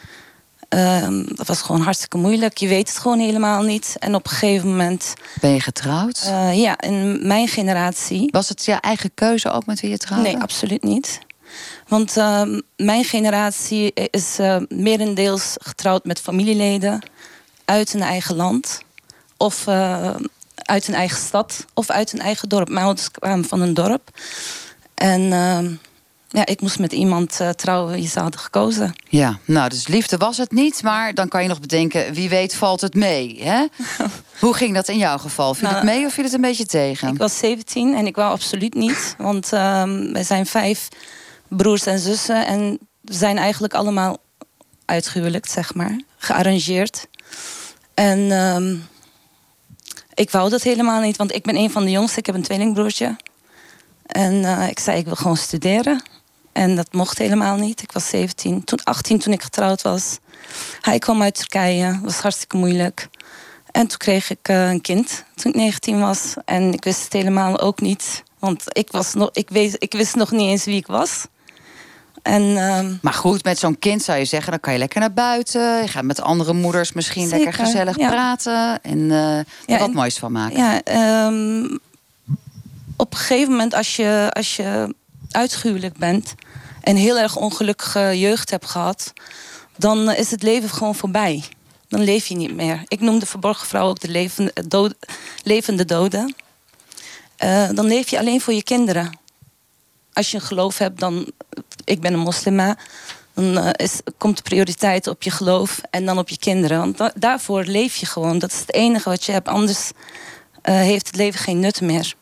Speaker 6: dat was gewoon hartstikke moeilijk. Je weet het gewoon helemaal niet. En op een gegeven moment...
Speaker 2: Ben je getrouwd?
Speaker 6: Ja, in mijn generatie...
Speaker 2: Was het je eigen keuze ook met wie je trouwde?
Speaker 6: Nee, absoluut niet. Want mijn generatie is merendeels getrouwd met familieleden... uit hun eigen land. Of uit hun eigen stad. Of uit hun eigen dorp. Mijn ouders kwamen van een dorp. En ik moest met iemand trouwen wie ze hadden gekozen.
Speaker 2: Ja, nou, dus liefde was het niet. Maar dan kan je nog bedenken, wie weet valt het mee. Hè? Hoe ging dat in jouw geval? Viel het mee of viel het een beetje tegen?
Speaker 6: Ik was 17 en ik wou absoluut niet. Want we zijn 5 broers en zussen. En we zijn eigenlijk allemaal uitgehuwelijkt, zeg maar. Gearrangeerd. En ik wou dat helemaal niet. Want ik ben een van de jongsten. Ik heb een tweelingbroertje. En ik zei, ik wil gewoon studeren. En dat mocht helemaal niet. Ik was 18 toen ik getrouwd was. Hij kwam uit Turkije. Dat was hartstikke moeilijk. En toen kreeg ik een kind toen ik 19 was. En ik wist het helemaal ook niet. Want ik wist nog niet eens wie ik was.
Speaker 2: Maar goed, met zo'n kind zou je zeggen, dan kan je lekker naar buiten. Je gaat met andere moeders misschien zeker, lekker gezellig praten. En er wat moois van maken.
Speaker 6: Ja, op een gegeven moment als je uitgehuwelijk bent... en heel erg ongelukkige jeugd hebt gehad... dan is het leven gewoon voorbij. Dan leef je niet meer. Ik noem de verborgen vrouw ook de levende doden. Dan leef je alleen voor je kinderen. als je een geloof hebt, dan... Ik ben een moslima. Dan komt de prioriteit op je geloof en dan op je kinderen. Want daarvoor leef je gewoon. Dat is het enige wat je hebt. Anders heeft het leven geen nut meer.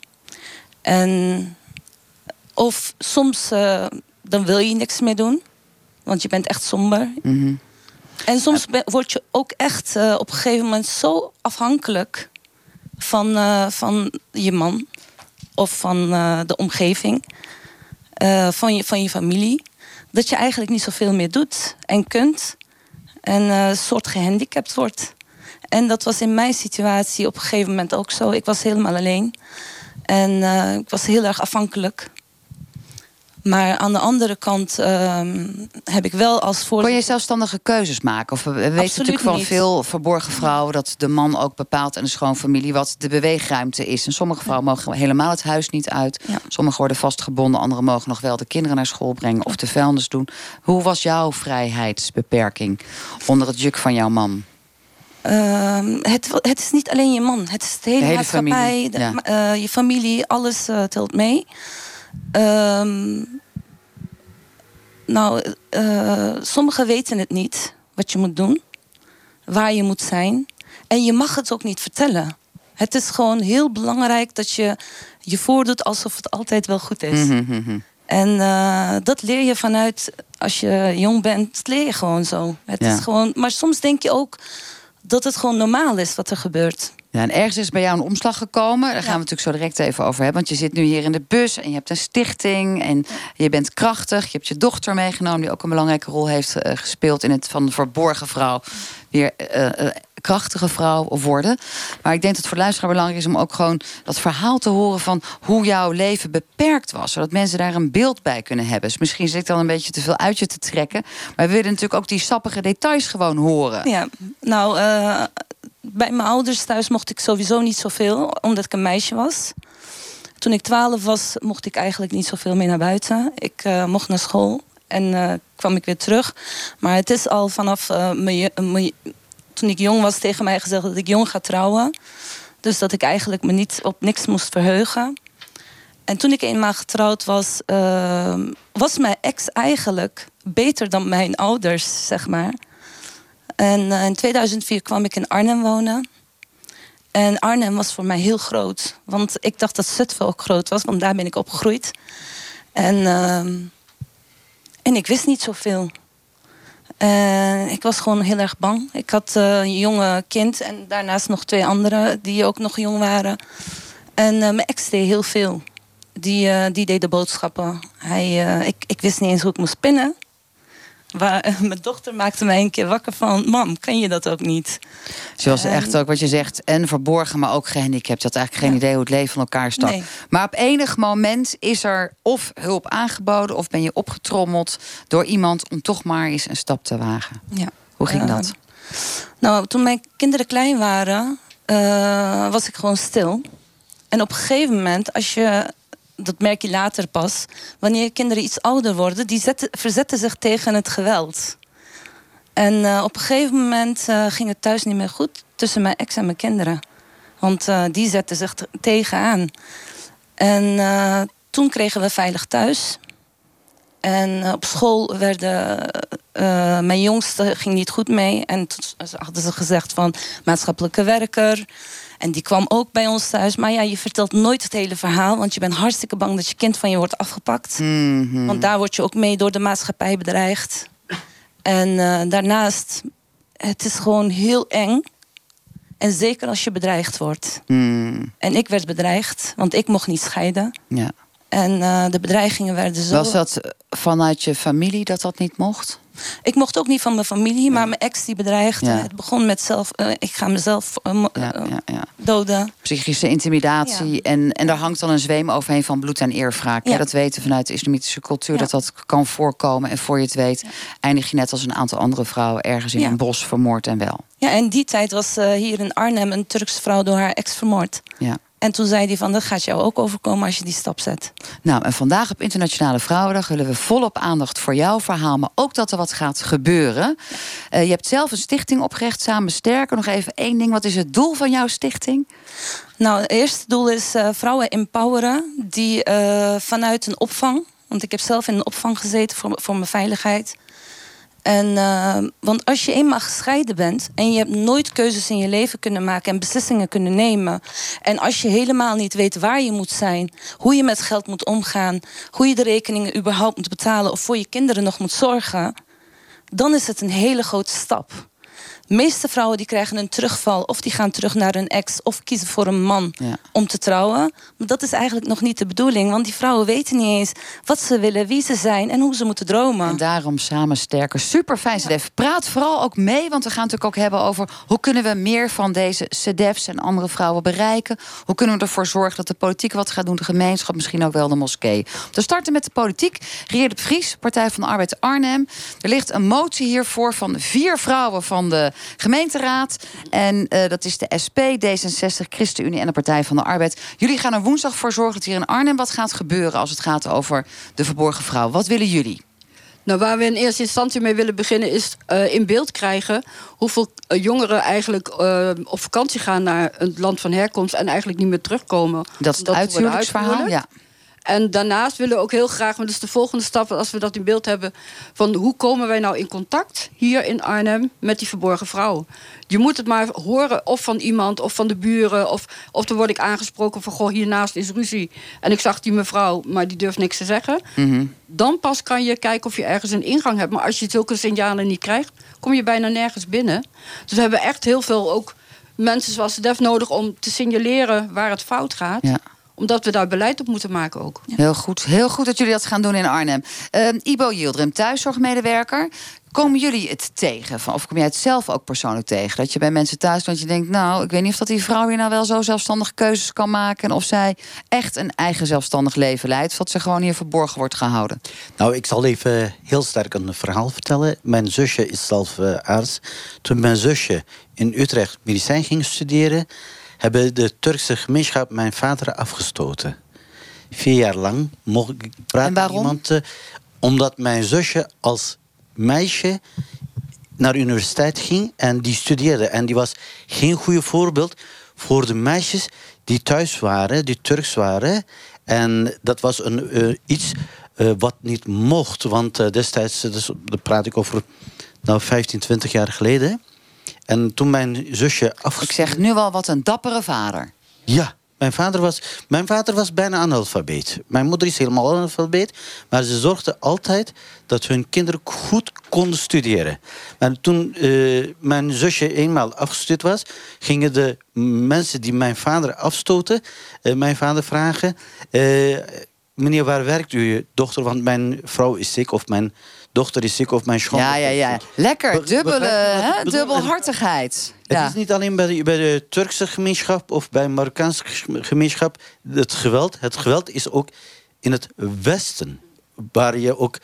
Speaker 6: Of soms dan wil je niks meer doen. Want je bent echt somber.
Speaker 2: Mm-hmm.
Speaker 6: En soms word je ook echt op een gegeven moment zo afhankelijk van je man. Of van de omgeving. Van je familie. Dat je eigenlijk niet zoveel meer doet en kunt. En een soort gehandicapt wordt. En dat was in mijn situatie op een gegeven moment ook zo. Ik was helemaal alleen. En ik was heel erg afhankelijk. Maar aan de andere kant heb ik wel als voorzitter...
Speaker 2: Kon je zelfstandige keuzes maken? Of we weten natuurlijk van
Speaker 6: niet.
Speaker 2: veel verborgen vrouwen... dat de man ook bepaalt en de schoonfamilie wat de beweegruimte is. En sommige vrouwen mogen helemaal het huis niet uit. Ja. Sommigen worden vastgebonden, anderen mogen nog wel de kinderen naar school brengen... of de vuilnis doen. Hoe was jouw vrijheidsbeperking onder het juk van jouw man?
Speaker 6: Het is niet alleen je man. Het is de hele maatschappij,
Speaker 2: familie.
Speaker 6: Je familie, alles telt mee. Sommigen weten het niet wat je moet doen, waar je moet zijn. En je mag het ook niet vertellen. Het is gewoon heel belangrijk dat je je voordoet alsof het altijd wel goed is.
Speaker 2: Mm-hmm.
Speaker 6: En dat leer je vanuit, als je jong bent, dat leer je gewoon zo. Het is gewoon, maar soms denk je ook dat het gewoon normaal is wat er gebeurt.
Speaker 2: Ja, en ergens is bij jou een omslag gekomen. Daar gaan we natuurlijk zo direct even over hebben. Want je zit nu hier in de bus en je hebt een stichting. En je bent krachtig. Je hebt je dochter meegenomen die ook een belangrijke rol heeft gespeeld... in het van de verborgen vrouw weer krachtige vrouw worden. Maar ik denk dat het voor de luisteraar belangrijk is... om ook gewoon dat verhaal te horen van hoe jouw leven beperkt was. Zodat mensen daar een beeld bij kunnen hebben. Dus misschien zit ik dan een beetje te veel uit je te trekken. Maar we willen natuurlijk ook die sappige details gewoon horen.
Speaker 6: Ja, nou... bij mijn ouders thuis mocht ik sowieso niet zoveel, omdat ik een meisje was. Toen ik 12 was, mocht ik eigenlijk niet zoveel meer naar buiten. Ik mocht naar school en kwam ik weer terug. Maar het is al vanaf toen ik jong was tegen mij gezegd dat ik jong ga trouwen. Dus dat ik eigenlijk me niet op niks moest verheugen. En toen ik eenmaal getrouwd was, was mijn ex eigenlijk beter dan mijn ouders, zeg maar. En in 2004 kwam ik in Arnhem wonen. En Arnhem was voor mij heel groot. Want ik dacht dat Zutphen ook groot was, want daar ben ik opgegroeid. En ik wist niet zoveel. Ik was gewoon heel erg bang. Ik had een jonge kind en daarnaast nog 2 anderen die ook nog jong waren. En mijn ex deed heel veel. Die deed de boodschappen. Ik wist niet eens hoe ik moest pinnen. Mijn dochter maakte mij een keer wakker van... Mam, kan je dat ook niet?
Speaker 2: Ze was echt ook wat je zegt, en verborgen, maar ook gehandicapt. Je had eigenlijk geen idee hoe het leven van elkaar stak. Nee. Maar op enig moment is er of hulp aangeboden... of ben je opgetrommeld door iemand om toch maar eens een stap te wagen. Ja. Hoe ging dat?
Speaker 6: Nou, toen mijn kinderen klein waren, was ik gewoon stil. En op een gegeven moment, als je... Dat merk je later pas. Wanneer kinderen iets ouder worden, die verzetten zich tegen het geweld. En op een gegeven moment ging het thuis niet meer goed tussen mijn ex en mijn kinderen. Want die zetten zich tegenaan. En toen kregen we veilig thuis. En op school mijn jongste ging niet goed mee. En toen hadden ze gezegd van maatschappelijke werker. En die kwam ook bij ons thuis. Maar ja, je vertelt nooit het hele verhaal. Want je bent hartstikke bang dat je kind van je wordt afgepakt. Mm-hmm. Want daar word je ook mee door de maatschappij bedreigd. En daarnaast, het is gewoon heel eng. En zeker als je bedreigd wordt. Mm. En ik werd bedreigd, want ik mocht niet scheiden. Ja. En de bedreigingen werden zo...
Speaker 2: Was dat vanuit je familie dat niet mocht?
Speaker 6: Ik mocht ook niet van mijn familie, maar mijn ex die bedreigde. Ja. Het begon met ik ga mezelf doden.
Speaker 2: Psychische intimidatie. Ja. En daar hangt dan een zweem overheen van bloed en eerwraak. Ja. Dat weten we vanuit de islamitische cultuur, dat kan voorkomen. En voor je het weet, eindig je net als een aantal andere vrouwen ergens in een bos vermoord en wel.
Speaker 6: Ja, en die tijd was hier in Arnhem een Turkse vrouw door haar ex vermoord. Ja. En toen zei hij van, dat gaat jou ook overkomen als je die stap zet.
Speaker 2: Nou, en vandaag op Internationale Vrouwendag willen we volop aandacht voor jouw verhaal, maar ook dat er wat gaat gebeuren. Je hebt zelf een stichting opgericht, Samen Sterker. Nog even 1 ding, wat is het doel van jouw stichting?
Speaker 6: Nou, het eerste doel is vrouwen empoweren die vanuit een opvang, Want ik heb zelf in de opvang gezeten voor mijn veiligheid. En, want als je eenmaal gescheiden bent en je hebt nooit keuzes in je leven kunnen maken en beslissingen kunnen nemen, en als je helemaal niet weet waar je moet zijn, hoe je met geld moet omgaan, hoe je de rekeningen überhaupt moet betalen of voor je kinderen nog moet zorgen, dan is het een hele grote stap. De meeste vrouwen die krijgen een terugval of die gaan terug naar hun ex of kiezen voor een man om te trouwen. Maar dat is eigenlijk nog niet de bedoeling, want die vrouwen weten niet eens wat ze willen, wie ze zijn en hoe ze moeten dromen.
Speaker 2: En daarom samen sterker. Super fijn, Sedef. Praat vooral ook mee, want we gaan het natuurlijk ook hebben over hoe kunnen we meer van deze Sedefs en andere vrouwen bereiken. Hoe kunnen we ervoor zorgen dat de politiek wat gaat doen, de gemeenschap, misschien ook wel de moskee. Om te starten met de politiek. Geert de Vries, Partij van de Arbeid Arnhem. Er ligt een motie hiervoor van 4 vrouwen van de gemeenteraad. En dat is de SP, D66, ChristenUnie en de Partij van de Arbeid. Jullie gaan er woensdag voor zorgen dat hier in Arnhem wat gaat gebeuren als het gaat over de verborgen vrouw. Wat willen jullie?
Speaker 5: Nou, waar we in eerste instantie mee willen beginnen is in beeld krijgen hoeveel jongeren eigenlijk op vakantie gaan naar het land van herkomst en eigenlijk niet meer terugkomen.
Speaker 2: Dat is het uithuwelijksverhaal, ja.
Speaker 5: En daarnaast willen we ook heel graag, maar dat is de volgende stap, als we dat in beeld hebben, van hoe komen wij nou in contact hier in Arnhem met die verborgen vrouw? Je moet het maar horen of van iemand of van de buren of dan word ik aangesproken van goh, hiernaast is ruzie en ik zag die mevrouw, maar die durft niks te zeggen. Mm-hmm. Dan pas kan je kijken of je ergens een ingang hebt. Maar als je zulke signalen niet krijgt, kom je bijna nergens binnen. Dus we hebben echt heel veel ook mensen zoals Sedef nodig om te signaleren waar het fout gaat. Ja. Omdat we daar beleid op moeten maken ook.
Speaker 2: Ja. Heel goed dat jullie dat gaan doen in Arnhem. Ibo Yildirim, thuiszorgmedewerker. Komen jullie het tegen? Of kom jij het zelf ook persoonlijk tegen? Dat je bij mensen thuis, dat je denkt, nou, ik weet niet of dat die vrouw hier nou wel zo zelfstandig keuzes kan maken. En of zij echt een eigen zelfstandig leven leidt. Of dat ze gewoon hier verborgen wordt gehouden.
Speaker 11: Nou, ik zal even heel sterk een verhaal vertellen. Mijn zusje is zelf arts. Toen mijn zusje in Utrecht medicijn ging studeren, hebben de Turkse gemeenschap mijn vader afgestoten. 4 jaar lang mocht ik praten met iemand. Omdat mijn zusje als meisje naar de universiteit ging en die studeerde. En die was geen goede voorbeeld voor de meisjes die thuis waren, die Turks waren. En dat was iets wat niet mocht. Want destijds, dus, daar praat ik over 15, 20 jaar geleden. En toen mijn zusje
Speaker 2: Ik zeg nu al, wat een dappere vader.
Speaker 11: Ja, mijn vader was bijna analfabeet. Mijn moeder is helemaal analfabeet. Maar ze zorgde altijd dat hun kinderen goed konden studeren. Maar toen mijn zusje eenmaal afgestudeerd was, gingen de mensen die mijn vader afstoten mijn vader vragen, meneer, waar werkt u dochter? Want mijn vrouw is ziek of mijn dochter is ziek of mijn schoonmoeder is ziek.
Speaker 2: Lekker, dubbelhartigheid.
Speaker 11: Het is niet alleen bij de Turkse gemeenschap of bij de Marokkaanse gemeenschap het geweld. Het geweld is ook in het Westen. Waar je ook...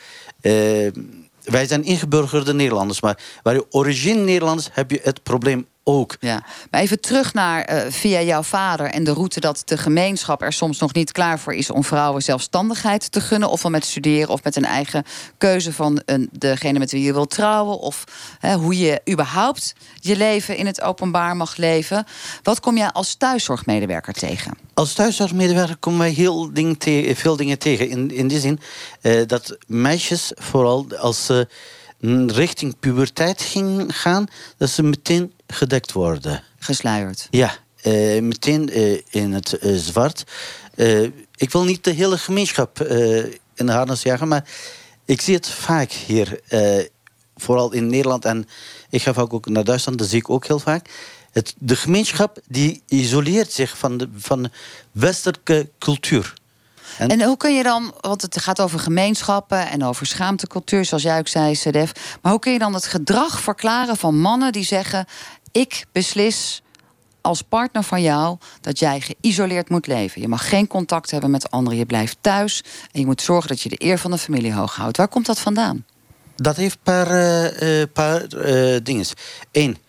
Speaker 11: wij zijn ingeburgerde Nederlanders, maar waar je origine Nederlanders heb je het probleem ook.
Speaker 2: Ja, maar even terug naar via jouw vader en de route dat de gemeenschap er soms nog niet klaar voor is om vrouwen zelfstandigheid te gunnen, ofwel met studeren of met een eigen keuze van degene met wie je wilt trouwen, of hoe je überhaupt je leven in het openbaar mag leven. Wat kom jij als thuiszorgmedewerker tegen?
Speaker 11: Als thuiszorgmedewerker komen wij veel dingen tegen. In die zin dat meisjes, vooral als ze richting puberteit gaan, dat ze meteen gedekt worden.
Speaker 2: Gesluierd.
Speaker 11: Ja, meteen in het zwart. Ik wil niet de hele gemeenschap in de harnas jagen, maar ik zie het vaak hier. Vooral in Nederland en ik ga vaak ook naar Duitsland, dat zie ik ook heel vaak. De gemeenschap die isoleert zich van de westerse cultuur.
Speaker 2: En hoe kun je dan, want het gaat over gemeenschappen en over schaamtecultuur, zoals jij ook zei, Sedef. Maar hoe kun je dan het gedrag verklaren van mannen die zeggen, ik beslis als partner van jou dat jij geïsoleerd moet leven. Je mag geen contact hebben met anderen, je blijft thuis en je moet zorgen dat je de eer van de familie hoog houdt. Waar komt dat vandaan?
Speaker 11: Dat heeft een paar dingen. 1.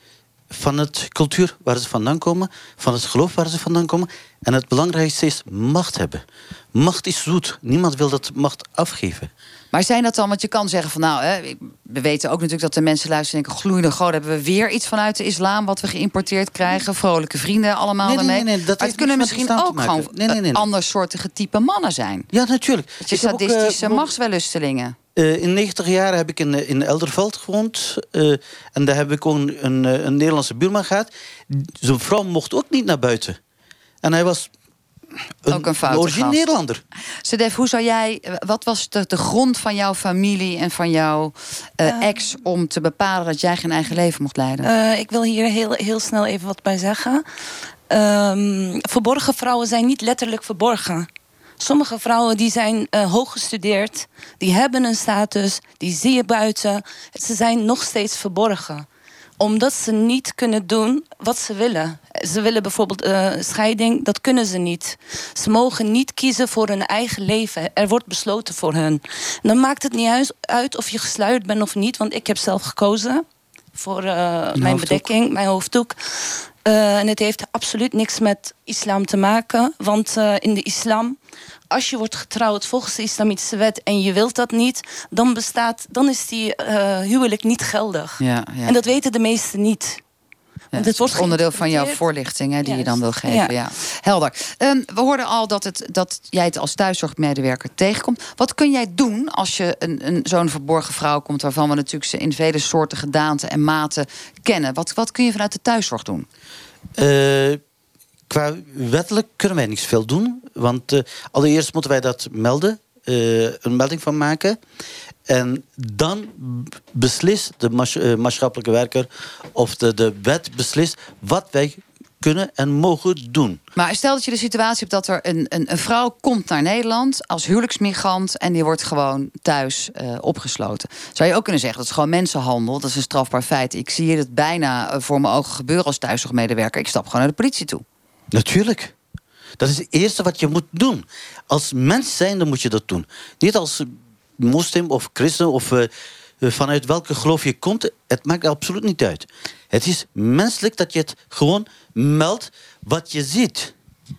Speaker 11: van het cultuur waar ze vandaan komen, van het geloof waar ze vandaan komen. En het belangrijkste is macht hebben. Macht is zoet. Niemand wil dat macht afgeven.
Speaker 2: Maar zijn dat dan, want je kan zeggen van we weten ook natuurlijk dat de mensen luisteren en denken, gloeiende goden, hebben we weer iets vanuit de islam wat we geïmporteerd krijgen, vrolijke vrienden allemaal ermee.
Speaker 11: Nee,
Speaker 2: maar het kunnen misschien ook gewoon andersoortige type mannen zijn.
Speaker 11: Ja, natuurlijk.
Speaker 2: Sadistische machtswellustelingen.
Speaker 11: In 90 jaar heb ik in Elderveld gewoond. En daar heb ik ook een Nederlandse buurman gehad. Zijn vrouw mocht ook niet naar buiten. En hij was
Speaker 2: ook een foute
Speaker 11: origineel Nederlander.
Speaker 2: Sedef, wat was de grond van jouw familie en van jouw ex om te bepalen dat jij geen eigen leven mocht leiden?
Speaker 6: Ik wil hier heel snel even wat bij zeggen. Verborgen vrouwen zijn niet letterlijk verborgen. Sommige vrouwen die zijn hoog gestudeerd, die hebben een status, die zie je buiten. Ze zijn nog steeds verborgen. Omdat ze niet kunnen doen wat ze willen. Ze willen bijvoorbeeld scheiding, dat kunnen ze niet. Ze mogen niet kiezen voor hun eigen leven. Er wordt besloten voor hen. Dan maakt het niet uit of je gesluierd bent of niet. Want ik heb zelf gekozen voor mijn bedekking, mijn hoofddoek. En het heeft absoluut niks met islam te maken. Want in de islam, als je wordt getrouwd volgens de islamitische wet en je wilt dat niet, dan is die huwelijk niet geldig.
Speaker 2: Ja.
Speaker 6: En dat weten de meesten niet.
Speaker 2: Want het wordt onderdeel van jouw voorlichting die je dan wil geven. Ja. Helder. We hoorden al dat jij het als thuiszorgmedewerker tegenkomt. Wat kun jij doen als je zo'n verborgen vrouw komt, waarvan we natuurlijk ze in vele soorten, gedaanten en maten kennen? Wat kun je vanuit de thuiszorg doen?
Speaker 11: Qua wettelijk kunnen wij niks veel doen. Want allereerst moeten wij dat melden. Een melding van maken. En dan beslist de maatschappelijke werker of de wet beslist wat wij kunnen en mogen doen.
Speaker 2: Maar stel dat je de situatie hebt dat er een vrouw komt naar Nederland als huwelijksmigrant en die wordt gewoon thuis opgesloten. Zou je ook kunnen zeggen dat is gewoon mensenhandel, dat is een strafbaar feit. Ik zie het bijna voor mijn ogen gebeuren als thuiszorgmedewerker. Ik stap gewoon naar de politie toe.
Speaker 11: Natuurlijk. Dat is het eerste wat je moet doen. Als mens zijnde moet je dat doen. Niet als moslim of christen of vanuit welke geloof je komt. Het maakt absoluut niet uit. Het is menselijk dat je het gewoon meldt wat je ziet.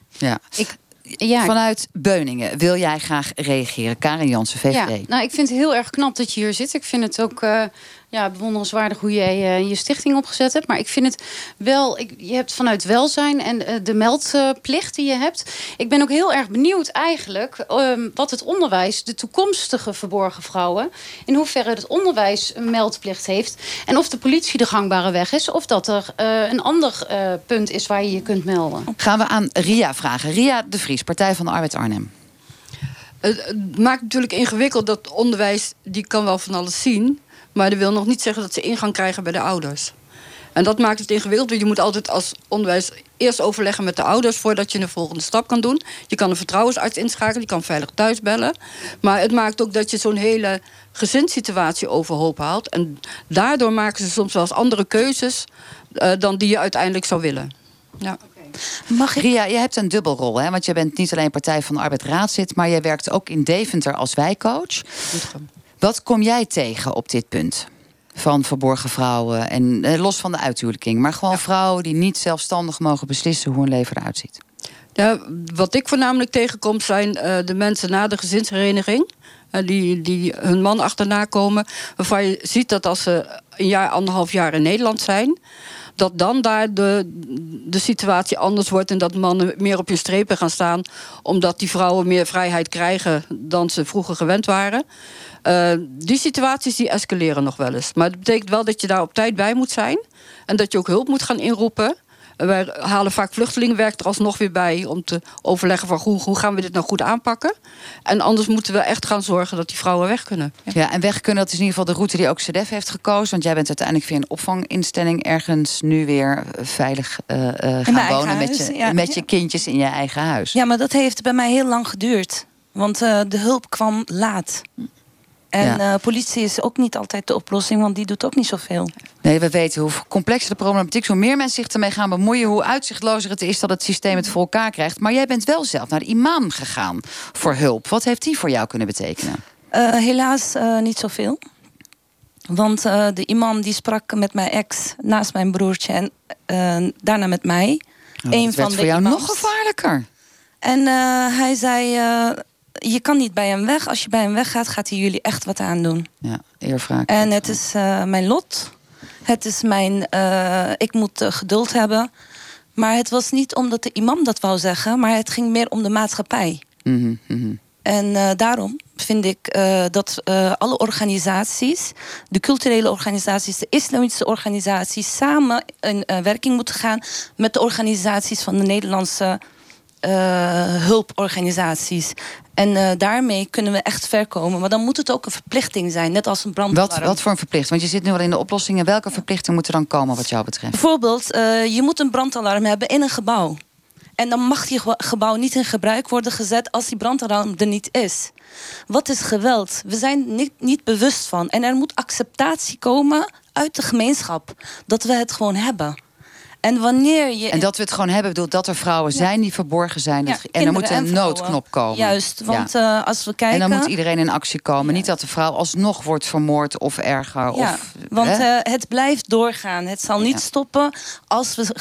Speaker 2: Ja. Vanuit Beuningen wil jij graag reageren. Karin Jansen, VVD.
Speaker 4: Ja, ik vind het heel erg knap dat je hier zit. Ik vind het ook bewonderenswaardig hoe jij je stichting opgezet hebt. Maar ik vind het wel, je hebt vanuit welzijn en de meldplicht die je hebt. Ik ben ook heel erg benieuwd eigenlijk wat het onderwijs, de toekomstige verborgen vrouwen, in hoeverre het onderwijs een meldplicht heeft. En of de politie de gangbare weg is. Of dat er een ander punt is waar je je kunt melden.
Speaker 2: Gaan we aan Ria vragen. Ria de Vries, Partij van de Arbeid Arnhem.
Speaker 5: Het maakt natuurlijk ingewikkeld dat onderwijs, die kan wel van alles zien, maar dat wil nog niet zeggen dat ze ingang krijgen bij de ouders. En dat maakt het ingewikkeld, want je moet altijd als onderwijs eerst overleggen met de ouders voordat je een volgende stap kan doen. Je kan een vertrouwensarts inschakelen, die kan veilig thuis bellen. Maar het maakt ook dat je zo'n hele gezinssituatie overhoop haalt. En daardoor maken ze soms wel eens andere keuzes dan die je uiteindelijk zou willen. Ja.
Speaker 2: Ria, je hebt een dubbelrol, hè? Want je bent niet alleen Partij van de Arbeid raadslid, maar je werkt ook in Deventer als wijkcoach. Wat kom jij tegen op dit punt? Van verborgen vrouwen en los van de uithuwelijking, maar gewoon vrouwen die niet zelfstandig mogen beslissen hoe hun leven eruit ziet.
Speaker 5: Ja, wat ik voornamelijk tegenkom zijn de mensen na de gezinshereniging. Die hun man achterna komen. Waarvan je ziet dat als ze een jaar, 1,5 jaar in Nederland zijn, dat dan daar de situatie anders wordt en dat mannen meer op je strepen gaan staan, omdat die vrouwen meer vrijheid krijgen dan ze vroeger gewend waren. Die situaties die escaleren nog wel eens. Maar het betekent wel dat je daar op tijd bij moet zijn en dat je ook hulp moet gaan inroepen. Wij halen vaak vluchtelingenwerk er alsnog weer bij om te overleggen van hoe gaan we dit nou goed aanpakken. En anders moeten we echt gaan zorgen dat die vrouwen weg kunnen.
Speaker 2: Ja, en weg kunnen, dat is in ieder geval de route die ook Sedef heeft gekozen. Want jij bent uiteindelijk via een opvanginstelling ergens nu weer veilig gaan wonen met je kindjes in je eigen huis.
Speaker 6: Ja, maar dat heeft bij mij heel lang geduurd. Want de hulp kwam laat. En politie is ook niet altijd de oplossing, want die doet ook niet zoveel.
Speaker 2: Nee, we weten hoe complexer de problematiek is, hoe meer mensen zich ermee gaan bemoeien, hoe uitzichtlozer het is dat het systeem het voor elkaar krijgt. Maar jij bent wel zelf naar de imam gegaan voor hulp. Wat heeft die voor jou kunnen betekenen?
Speaker 6: Helaas niet zoveel. Want de imam die sprak met mijn ex naast mijn broertje en daarna met mij.
Speaker 2: Dat werd voor jou nog gevaarlijker.
Speaker 6: En hij zei, je kan niet bij hem weg. Als je bij hem weggaat, gaat hij jullie echt wat aandoen.
Speaker 2: Ja, eerwraak.
Speaker 6: En het is mijn lot. Het is ik moet geduld hebben. Maar het was niet omdat de imam dat wou zeggen, maar het ging meer om de maatschappij. En daarom vind ik dat alle organisaties, de culturele organisaties, de islamitische organisaties, samen in werking moeten gaan met de organisaties van de Nederlandse hulporganisaties. En daarmee kunnen we echt ver komen. Maar dan moet het ook een verplichting zijn, net als een brandalarm.
Speaker 2: Wat voor een verplichting? Want je zit nu al in de oplossingen. Welke verplichting moet er dan komen wat jou betreft?
Speaker 6: Bijvoorbeeld, je moet een brandalarm hebben in een gebouw. En dan mag die gebouw niet in gebruik worden gezet als die brandalarm er niet is. Wat is geweld? We zijn niet bewust van. En er moet acceptatie komen uit de gemeenschap. Dat we het gewoon hebben. En wanneer je...
Speaker 2: En dat we het gewoon hebben, bedoelt dat er vrouwen zijn die verborgen zijn. En er moet een noodknop komen.
Speaker 6: Juist, want als we kijken...
Speaker 2: En dan moet iedereen in actie komen. Niet dat de vrouw alsnog wordt vermoord of erger.
Speaker 6: Ja, want het blijft doorgaan. Het zal niet stoppen als we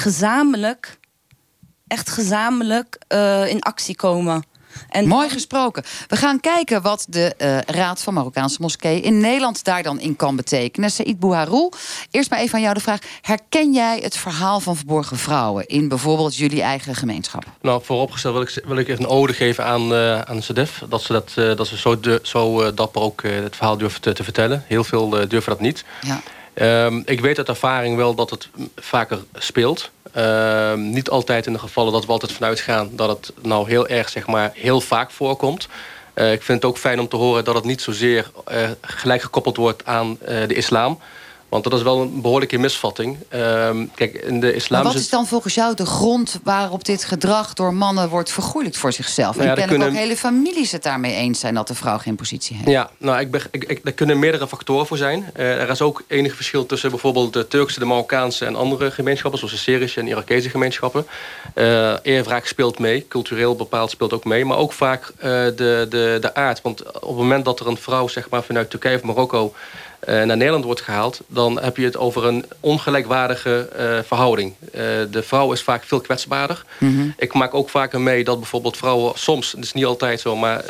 Speaker 6: echt gezamenlijk in actie komen. En
Speaker 2: mooi gesproken. We gaan kijken wat de Raad van Marokkaanse Moskeeën in Nederland daar dan in kan betekenen. Saïd Bouharoul, eerst maar even aan jou de vraag. Herken jij het verhaal van verborgen vrouwen in bijvoorbeeld jullie eigen gemeenschap?
Speaker 9: Nou, vooropgesteld wil ik even een ode geven aan SEDEF. Dat ze zo dapper ook het verhaal durven te vertellen. Heel veel durven dat niet.
Speaker 2: Ja.
Speaker 9: Ik weet uit ervaring wel dat het vaker speelt. Niet altijd in de gevallen dat we altijd vanuit gaan dat het nou heel erg, zeg maar, heel vaak voorkomt. Ik vind het ook fijn om te horen dat het niet zozeer gelijk gekoppeld wordt aan de islam. Want dat is wel een behoorlijke misvatting. Kijk, in de islam.
Speaker 2: Maar wat is dan volgens jou de grond waarop dit gedrag door mannen wordt vergoeilijkt voor zichzelf? En ook hele families het daarmee eens zijn dat de vrouw geen positie heeft. Ja, nou, er kunnen meerdere factoren voor zijn. Er is ook enig verschil tussen bijvoorbeeld de Turkse, de Marokkaanse en andere gemeenschappen, zoals de Syrische en Irakese gemeenschappen. Eerwraak speelt mee, cultureel bepaald speelt ook mee, maar ook vaak de aard. Want op het moment dat er een vrouw, zeg maar, vanuit Turkije of Marokko naar Nederland wordt gehaald, dan heb je het over een ongelijkwaardige verhouding. De vrouw is vaak veel kwetsbaarder. Ik maak ook vaker mee dat bijvoorbeeld vrouwen soms, het is niet altijd zo, maar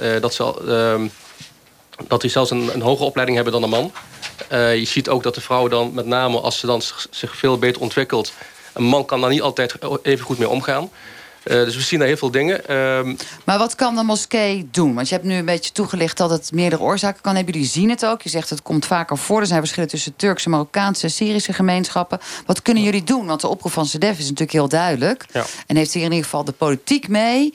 Speaker 2: dat die zelfs een hogere opleiding hebben dan een man. Je ziet ook dat de vrouw dan, met name als ze dan zich veel beter ontwikkelt, een man kan daar niet altijd even goed mee omgaan. Dus we zien daar heel veel dingen. Maar wat kan de moskee doen? Want je hebt nu een beetje toegelicht dat het meerdere oorzaken kan hebben. Jullie zien het ook. Je zegt het komt vaker voor. Er zijn verschillen tussen Turkse, Marokkaanse en Syrische gemeenschappen. Wat kunnen jullie doen? Want de oproep van SEDEF is natuurlijk heel duidelijk. Ja. En heeft hier in ieder geval de politiek mee.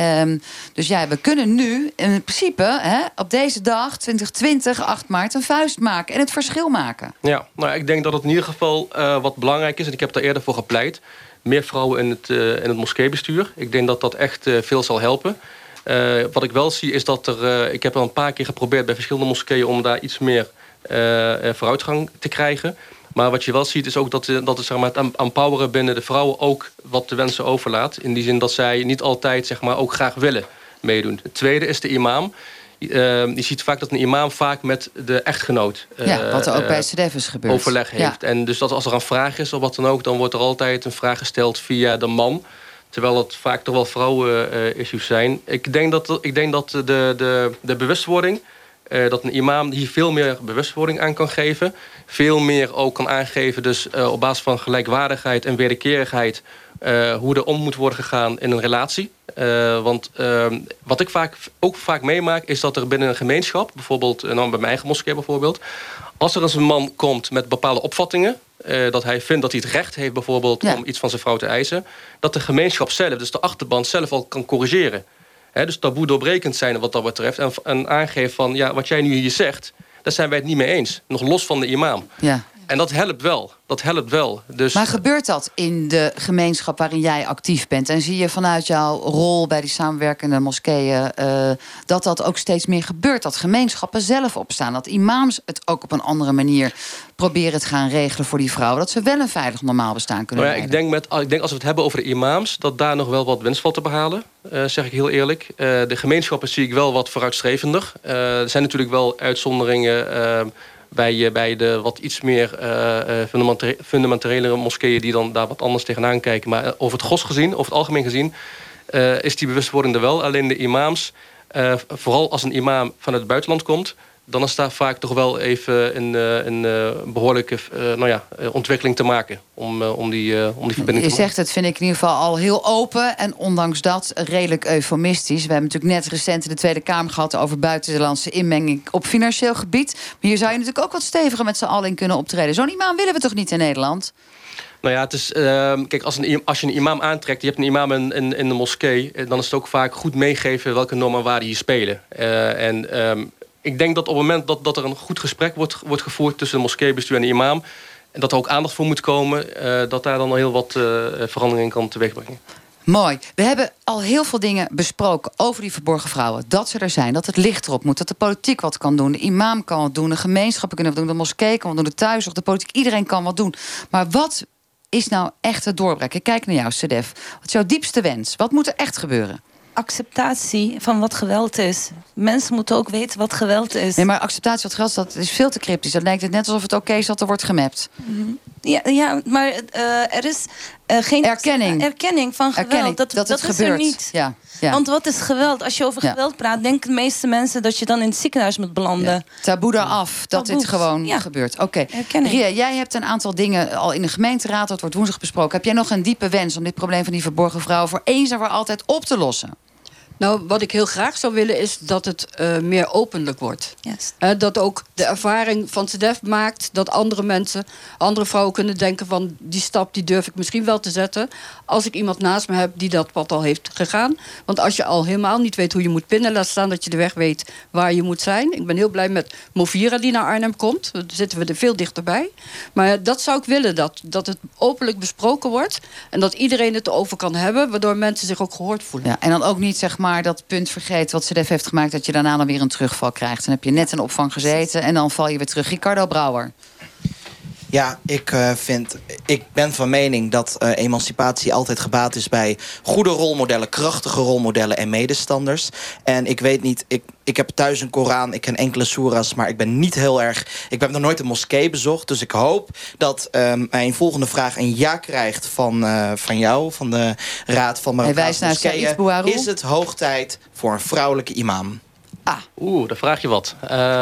Speaker 2: Dus ja, we kunnen nu in principe op deze dag, 2020, 8 maart, een vuist maken. En het verschil maken. Ja, nou, ik denk dat het in ieder geval wat belangrijk is. En ik heb daar eerder voor gepleit. Meer vrouwen in het moskeebestuur. Ik denk dat dat echt veel zal helpen. Wat ik wel zie is dat ik heb al een paar keer geprobeerd bij verschillende moskeeën om daar iets meer vooruitgang te krijgen. Maar wat je wel ziet is ook dat het, zeg maar, het empoweren binnen de vrouwen ook wat de wensen overlaat. In die zin dat zij niet altijd, zeg maar, ook graag willen meedoen. Het tweede is de imam. Je ziet vaak dat een imam vaak met de echtgenoot wat er ook bij SEDEF is gebeurd,
Speaker 9: overleg heeft. Ja. En dus dat als er een vraag is of wat dan ook, dan wordt er altijd een vraag gesteld via de man. Terwijl het vaak toch wel vrouwen-issues zijn. Ik denk dat de bewustwording, dat een imam hier veel meer bewustwording aan kan geven. Veel meer ook kan aangeven, dus op basis van gelijkwaardigheid en wederkerigheid, hoe er om moet worden gegaan in een relatie. Want wat ik ook vaak meemaak is dat er binnen een gemeenschap, bijvoorbeeld bij mijn eigen moskee bijvoorbeeld, als er eens een man komt met bepaalde opvattingen, dat hij vindt dat hij het recht heeft bijvoorbeeld om iets van zijn vrouw te eisen, dat de gemeenschap zelf, dus de achterban zelf al kan corrigeren. Dus taboe doorbrekend zijn wat dat betreft en aangeven van, ja, wat jij nu hier zegt, daar zijn wij het niet mee eens. Nog los van de imam. Ja. En dat helpt wel. Dus, maar gebeurt dat in de gemeenschap waarin jij actief bent? En zie je vanuit jouw rol bij die samenwerkende moskeeën dat ook steeds meer gebeurt? Dat gemeenschappen zelf opstaan. Dat imams het ook op een andere manier proberen te gaan regelen voor die vrouwen. Dat ze wel een veilig normaal bestaan kunnen leiden. Ik denk als we het hebben over de imams, dat daar nog wel wat winst valt te behalen. Zeg ik heel eerlijk. De gemeenschappen zie ik wel wat vooruitstrevender. Er zijn natuurlijk wel uitzonderingen bij de wat iets meer fundamentelere moskeeën die dan daar wat anders tegenaan kijken. Maar over het algemeen gezien, is die bewustwording er wel. Alleen de imams, vooral als een imam vanuit het buitenland komt, dan is daar vaak toch wel even een behoorlijke ontwikkeling te maken om die verbinding te maken.
Speaker 2: Je zegt het, vind ik in ieder geval al heel open en ondanks dat redelijk eufemistisch. We hebben natuurlijk net recent in de Tweede Kamer gehad over buitenlandse inmenging op financieel gebied. Maar hier zou je natuurlijk ook wat steviger met z'n allen in kunnen optreden. Zo'n imam willen we toch niet in Nederland?
Speaker 9: Nou ja, het is, kijk, als je een imam aantrekt, je hebt een imam in de moskee, dan is het ook vaak goed meegeven welke normen en waarden hier spelen. Ik denk dat op het moment dat er een goed gesprek wordt gevoerd tussen de moskeebestuur en de imam, en dat er ook aandacht voor moet komen, dat daar dan al heel wat verandering kan teweegbrengen.
Speaker 2: Mooi. We hebben al heel veel dingen besproken over die verborgen vrouwen. Dat ze er zijn, dat het licht erop moet, dat de politiek wat kan doen. De imam kan wat doen, de gemeenschappen kunnen wat doen, de moskee kan wat doen, de thuiszorg, de politiek, iedereen kan wat doen. Maar wat is nou echt het doorbrek? Ik kijk naar jou, Sedef. Wat is jouw diepste wens? Wat moet er echt gebeuren?
Speaker 6: Acceptatie van wat geweld is. Mensen moeten ook weten wat geweld is.
Speaker 2: Nee, maar acceptatie van geweld, dat is veel te cryptisch. Dan lijkt het net alsof het oké is dat er wordt gemapt.
Speaker 6: Ja, maar er is geen erkenning van geweld. Dat het gebeurt. Er niet.
Speaker 2: Ja.
Speaker 6: Want wat is geweld? Als je over geweld praat, denken de meeste mensen dat je dan in het ziekenhuis moet belanden.
Speaker 2: Ja. Taboe eraf dat dit gewoon gebeurt. Oké. Ria, jij hebt een aantal dingen al in de gemeenteraad, dat wordt woensdag besproken. Heb jij nog een diepe wens om dit probleem van die verborgen vrouwen voor eens en voor altijd op te lossen?
Speaker 5: Nou, wat ik heel graag zou willen is dat het meer openlijk wordt.
Speaker 6: Yes.
Speaker 5: Dat ook de ervaring van Sedef maakt dat andere vrouwen kunnen denken van die stap die durf ik misschien wel te zetten als ik iemand naast me heb die dat pad al heeft gegaan. Want als je al helemaal niet weet hoe je moet pinnen, laat staan dat je de weg weet waar je moet zijn. Ik ben heel blij met Movira die naar Arnhem komt. Dan zitten we er veel dichterbij. Maar dat zou ik willen, dat het openlijk besproken wordt en dat iedereen het erover kan hebben, waardoor mensen zich ook gehoord voelen.
Speaker 2: Ja, en dan ook niet zeg maar dat punt vergeet wat Sedef heeft gemaakt, dat je daarna dan weer een terugval krijgt. Dan heb je net in opvang gezeten en dan val je weer terug. Ricardo Brouwer.
Speaker 7: Ja, ik ben van mening dat emancipatie altijd gebaat is bij goede rolmodellen, krachtige rolmodellen en medestanders. En ik weet niet, ik heb thuis een Koran, ik ken enkele soeras, maar ik ben niet heel erg. Ik heb nog nooit een moskee bezocht, dus ik hoop dat mijn volgende vraag een ja krijgt van jou, van de Raad van Marokkaanse Moskeeën. Is het hoog tijd voor een vrouwelijke imam?
Speaker 9: Daar vraag je wat.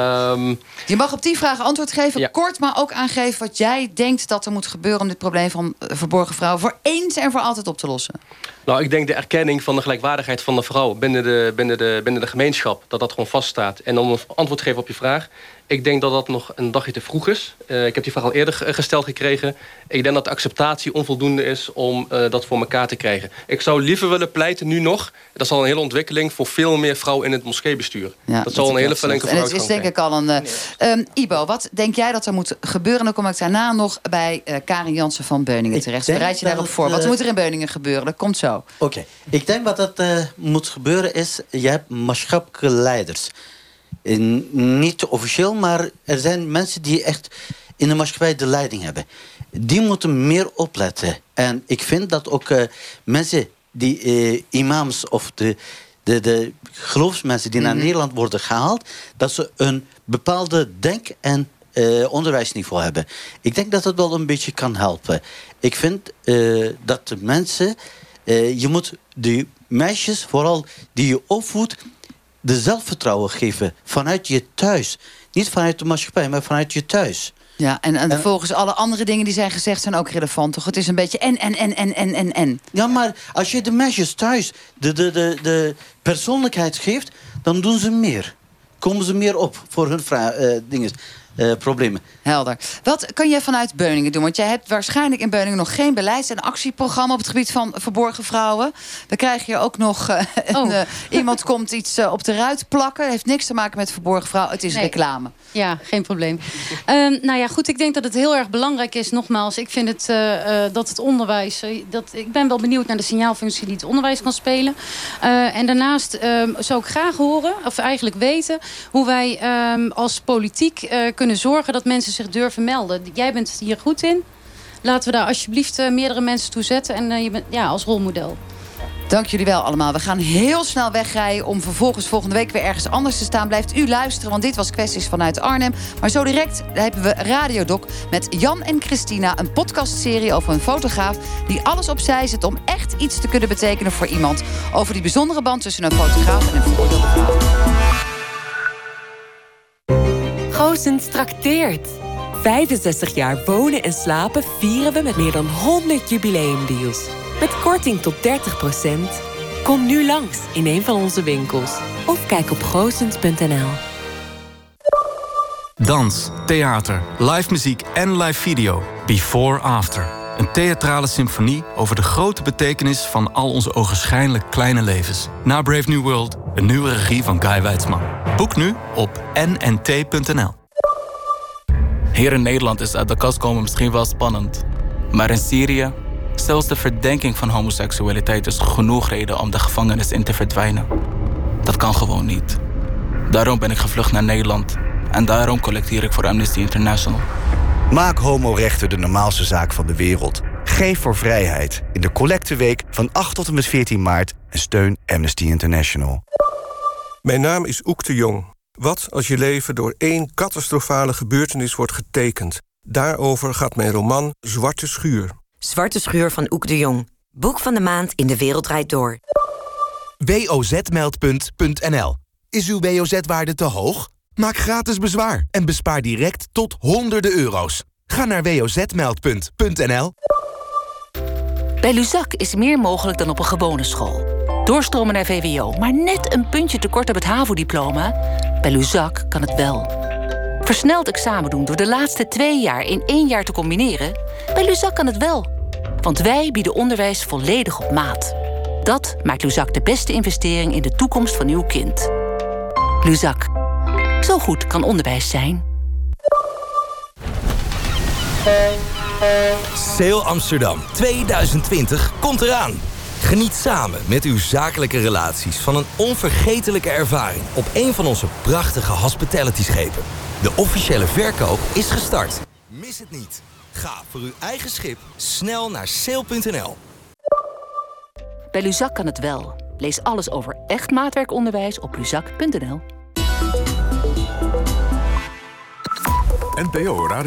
Speaker 2: Je mag op die vragen antwoord geven. Kort, maar ook aangeven wat jij denkt dat er moet gebeuren om dit probleem van verborgen vrouwen voor eens en voor altijd op te lossen.
Speaker 9: Nou, ik denk de erkenning van de gelijkwaardigheid van de vrouw binnen de gemeenschap, dat gewoon vaststaat. En om een antwoord te geven op je vraag, ik denk dat dat nog een dagje te vroeg is. Ik heb die vraag al eerder gesteld gekregen. Ik denk dat de acceptatie onvoldoende is om dat voor elkaar te krijgen. Ik zou liever willen pleiten nu nog, dat is al een hele ontwikkeling, voor veel meer vrouwen in het moskeebestuur. Ja, dat zal een hele flinke vooruitgang zijn.
Speaker 2: En het is denk ik al een... Ibo, wat denk jij dat er moet gebeuren? En dan kom ik daarna nog bij Karin Jansen van Beuningen terecht. Bereid je daarop voor? Wat moet er in Beuningen gebeuren? Dat komt zo.
Speaker 11: Oké. Ik denk wat er moet gebeuren is, je hebt maatschappelijke leiders. Niet officieel, maar er zijn mensen die echt in de maatschappij de leiding hebben. Die moeten meer opletten. En ik vind dat ook mensen die imams of de geloofsmensen die naar Nederland worden gehaald, dat ze een bepaalde denk- en onderwijsniveau hebben. Ik denk dat het wel een beetje kan helpen. Ik vind dat de mensen, je moet de meisjes, vooral die je opvoedt, de zelfvertrouwen geven vanuit je thuis. Niet vanuit de maatschappij, maar vanuit je thuis.
Speaker 2: Ja, en volgens alle andere dingen die zijn gezegd zijn ook relevant, toch? Het is een beetje en.
Speaker 11: Ja, maar als je de meisjes thuis de persoonlijkheid geeft, dan doen ze meer. Komen ze meer op voor hun problemen.
Speaker 2: Helder. Wat kan jij vanuit Beuningen doen? Want jij hebt waarschijnlijk in Beuningen nog geen beleids- en actieprogramma op het gebied van verborgen vrouwen. Dan krijg je ook nog iemand komt iets op de ruit plakken. Dat heeft niks te maken met verborgen vrouwen. Het is reclame.
Speaker 4: Ja, geen probleem. Nou ja, goed, ik denk dat het heel erg belangrijk is. Nogmaals, ik vind het dat het onderwijs... ik ben wel benieuwd naar de signaalfunctie die het onderwijs kan spelen. En daarnaast zou ik graag horen, of eigenlijk weten, hoe wij als politiek kunnen zorgen dat mensen zich durven melden. Jij bent hier goed in. Laten we daar alsjeblieft meerdere mensen toe zetten. En je bent als rolmodel.
Speaker 2: Dank jullie wel allemaal. We gaan heel snel wegrijden om vervolgens volgende week weer ergens anders te staan. Blijft u luisteren, want dit was Kwesties vanuit Arnhem. Maar zo direct hebben we Radiodoc met Jan en Christina. Een podcastserie over een fotograaf die alles opzij zet om echt iets te kunnen betekenen voor iemand. Over die bijzondere band tussen een fotograaf en een veroordeelde vrouw.
Speaker 12: Goossens trakteert. 65 jaar wonen en slapen vieren we met meer dan 100 jubileumdeals. Met korting tot 30%. Kom nu langs in een van onze winkels. Of kijk op goossens.nl.
Speaker 13: Dans, theater, live muziek en live video. Before After. Een theatrale symfonie over de grote betekenis van al onze ogenschijnlijk kleine levens. Na Brave New World, een nieuwe regie van Guy Weitzman. Boek nu op nnt.nl.
Speaker 14: Hier in Nederland is uit de kast komen misschien wel spannend. Maar in Syrië, zelfs de verdenking van homoseksualiteit is genoeg reden om de gevangenis in te verdwijnen. Dat kan gewoon niet. Daarom ben ik gevlucht naar Nederland. En daarom collecteer ik voor Amnesty International.
Speaker 15: Maak homorechten de normaalste zaak van de wereld. Geef voor vrijheid in de collecteweek van 8 tot en met 14 maart en steun Amnesty International.
Speaker 16: Mijn naam is Oek de Jong. Wat als je leven door één catastrofale gebeurtenis wordt getekend? Daarover gaat mijn roman Zwarte Schuur.
Speaker 17: Zwarte Schuur van Oek de Jong. Boek van de maand in De Wereld Draait Door.
Speaker 18: wozmeldpunt.nl. Is uw WOZ-waarde te hoog? Maak gratis bezwaar en bespaar direct tot honderden euro's. Ga naar wozmeld.nl.
Speaker 19: Bij Luzak is meer mogelijk dan op een gewone school. Doorstromen naar VWO, maar net een puntje tekort op het HAVO-diploma? Bij Luzak kan het wel. Versneld examen doen door de laatste 2 jaar in 1 jaar te combineren? Bij Luzak kan het wel. Want wij bieden onderwijs volledig op maat. Dat maakt Luzak de beste investering in de toekomst van uw kind. Luzak. Zo goed kan onderwijs zijn.
Speaker 20: Sail Amsterdam 2020 komt eraan. Geniet samen met uw zakelijke relaties van een onvergetelijke ervaring op een van onze prachtige hospitality-schepen. De officiële verkoop is gestart. Mis het niet. Ga voor uw eigen schip snel naar sail.nl.
Speaker 19: Bij Luzak kan het wel. Lees alles over echt maatwerkonderwijs op luzak.nl.
Speaker 1: NPO Radio.